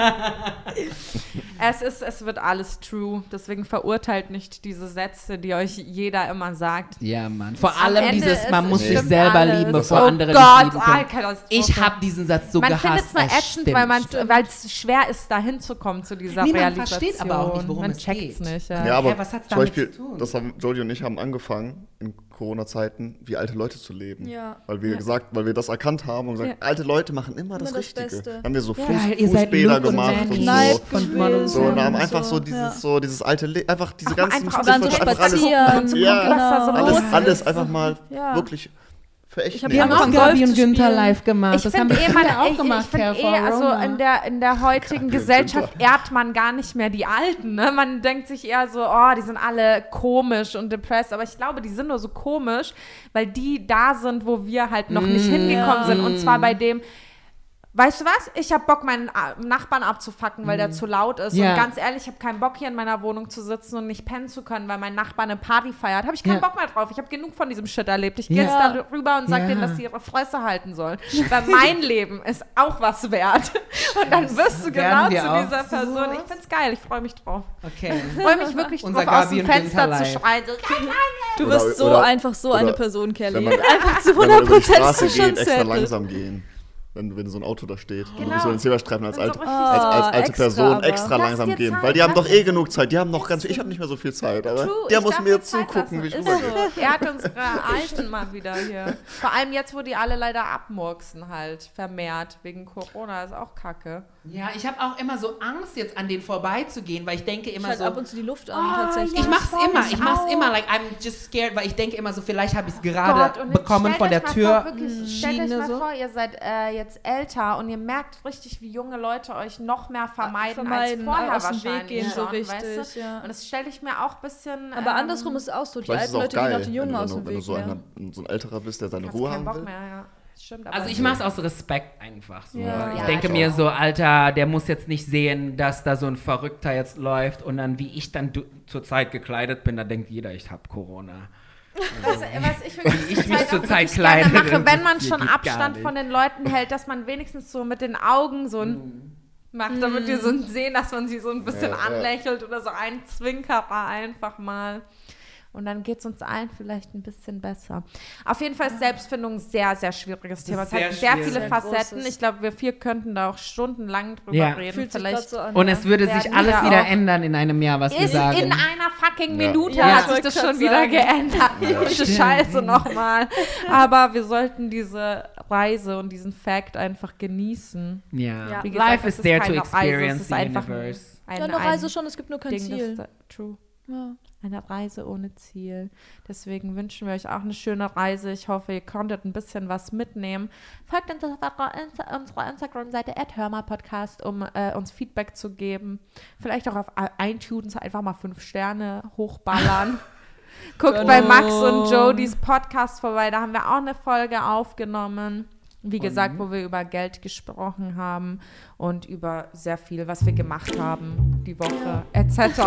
Es ist, es wird alles true. Deswegen verurteilt nicht diese Sätze, die euch jeder immer sagt. Ja, Mann. Vor Am allem Ende dieses, ist- man muss es sich stimmt selber alles. lieben, bevor Oh andere Gott, dich lieben ah, können. Katastrophe. Ich habe diesen Satz so Man gehasst. findet es nur Es ätzend, stimmt. weil man weil es schwer ist, da hinzukommen zu dieser Nee, man Realisation. versteht aber auch nicht, worum man es checkt's geht. nicht. Ja. Ja, aber Hä, was hat's zum damit Beispiel, zu tun? das haben Jodie und ich haben angefangen in Corona-Zeiten, wie alte Leute zu leben. Ja. Weil wir Ja. gesagt, weil wir das erkannt haben und gesagt, Ja. alte Leute machen immer das Immer das Richtige. Beste. Dann haben wir so Ja. Fuß, Ja, ihr seid Fußbäder Luke und gemacht Manny. und Live so. Von Model gespielt. So, und haben und einfach so dieses, so dieses alte, Le einfach diese Auch mal ganzen einfach Dann so Stichwörter, einfach alles, spazieren. zu Ja. gucken, was da so Genau. los alles, ist. alles einfach mal Ja. wirklich für echt Ich hab nehmen. Wir haben auch angefangen, Gabi Golf und zu Günther spielen. live gemacht. Ich das haben finde wir eh, man, auch ich, gemacht, ich finde Herr eh, also Roma. in der, in der heutigen Gabi und Gesellschaft Günther. ehrt man gar nicht mehr die Alten. Ne? Man denkt sich eher so, oh, die sind alle komisch und depressed. Aber ich glaube, die sind nur so komisch, weil die da sind, wo wir halt noch nicht Mm, hingekommen ja. sind. Und zwar bei dem, weißt du was? Ich habe Bock, meinen äh, Nachbarn abzufacken, weil der zu laut ist. Ja. Und ganz ehrlich, ich habe keinen Bock, hier in meiner Wohnung zu sitzen und nicht pennen zu können, weil mein Nachbar eine Party feiert. Habe ich keinen Ja. Bock mehr drauf. Ich habe genug von diesem Shit erlebt. Ich gehe Ja. jetzt darüber und sage Ja. denen, dass sie ihre Fresse halten sollen. Weil mein Leben ist auch was wert. Und dann wirst du genau Werden wir zu auch dieser Person. sowas? Ich find's geil. Ich freue mich drauf. Okay. Ich freue mich wirklich Unser drauf, aus Gabi dem und Fenster Günther zu live. schreien. So, Du Oder- wirst so oder- einfach so eine oder Person, Kelly. wenn man- einfach zu Wenn man hundert über die Prozent Straße schon geht, extra settled. langsam gehen. Wenn, wenn so ein Auto da steht. Genau. Und so einen Zebrastreifen als, Und so alt, richtig als, als so- alte extra Person aber. extra Lass langsam dir gehen. Zeit, Weil die haben lass doch eh dir- genug Zeit. Die haben noch ganz, ich habe nicht mehr so viel Zeit. Aber True, der ich muss darf mir Zeit zugucken, wie ich lassen. rübergehe. Ist so. Er hat unsere Alten mal wieder hier. Vor allem jetzt, wo die alle leider abmurksen halt, vermehrt. Wegen Corona ist auch kacke. Ja, ich habe auch immer so Angst, jetzt an denen vorbeizugehen, weil ich denke Ich immer halt so. ab und zu die Luft an, Oh, tatsächlich. Ich mach's voll, immer, ich ich mach's auch. immer, like I'm just scared, weil ich denke immer so, vielleicht habe ich es Gott, gerade und bekommen stellt von euch der mal Tür. Vor, wirklich, stellt euch Schiene mal so. vor, ihr seid äh, jetzt älter und ihr merkt richtig, wie junge Leute euch noch mehr vermeiden, Vermeiden, als vorher aus dem Weg wahrscheinlich gehen, so schon, richtig, weißt du? ja. Und das stelle ich mir auch ein bisschen... Aber ähm, andersrum ist es auch so, die Vielleicht ist alten es auch Leute gehen geil, auch die wenn, Jungen du, aus wenn, dem du, wenn du Weg. so, Ja. einer, so ein älterer bist, der seine hast Ruhe keinen haben Bock will. mehr, ja. Stimmt, aber Also ich mach's aus Respekt einfach so. Ja. Ich Ja, denke ich mir auch. so, Alter, der muss jetzt nicht sehen, dass da so ein Verrückter jetzt läuft und dann, wie ich dann du- zurzeit gekleidet bin, da denkt jeder, ich hab Corona. Was, was ich wirklich ich mich zurzeit auch zurzeit wirklich gerne kleide, mache, das wenn man geht schon gar Abstand nicht. von den Leuten hält, dass man wenigstens so mit den Augen so ein macht, damit wir so sehen, dass man sie so ein bisschen Ja, ja. anlächelt oder so ein Zwinkerer einfach mal. Und dann geht es uns allen vielleicht ein bisschen besser. Auf jeden Fall ist Selbstfindung ein sehr, sehr schwieriges Thema. Es sehr hat sehr schwierig. viele Sehr Facetten. großes. Ich glaube, wir vier könnten da auch stundenlang drüber Ja. reden. Fühlt sich Vielleicht grad so an. Und ja. es würde Werden sich alles wir wieder auch. ändern in einem Jahr, was wir ist sagen. in einer fucking Ja. Minute Ja, hat ich sich wollte das grad schon wieder sagen. geändert. Ja. Jede Stimmt. Scheiße nochmal. Aber wir sollten diese Reise und diesen Fact einfach genießen. ja. Ja. Wie gesagt, Life es is ist there to keine Reise, es experience ist the einfach ein- universe. Ein, Ja, eine ein Reise schon, es gibt nur kein Ding, Ziel. das da, true. Ja. Eine Reise ohne Ziel. Deswegen wünschen wir euch auch eine schöne Reise. Ich hoffe, ihr konntet ein bisschen was mitnehmen. Folgt uns auf unserer Insta- Instagram-Seite at hörmalpodcast, um äh, uns Feedback zu geben. Vielleicht auch auf iTunes einfach mal fünf Sterne hochballern. Guckt Genau. bei Max und Jodys Podcast vorbei. Da haben wir auch eine Folge aufgenommen. Wie gesagt, wo wir über Geld gesprochen haben und über sehr viel, was wir gemacht haben die Woche, et cetera.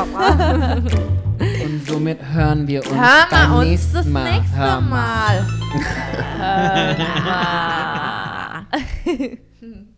Und somit hören wir uns Hören beim wir uns nächsten das Mal. nächste Hör mal. Mal. Hör mal.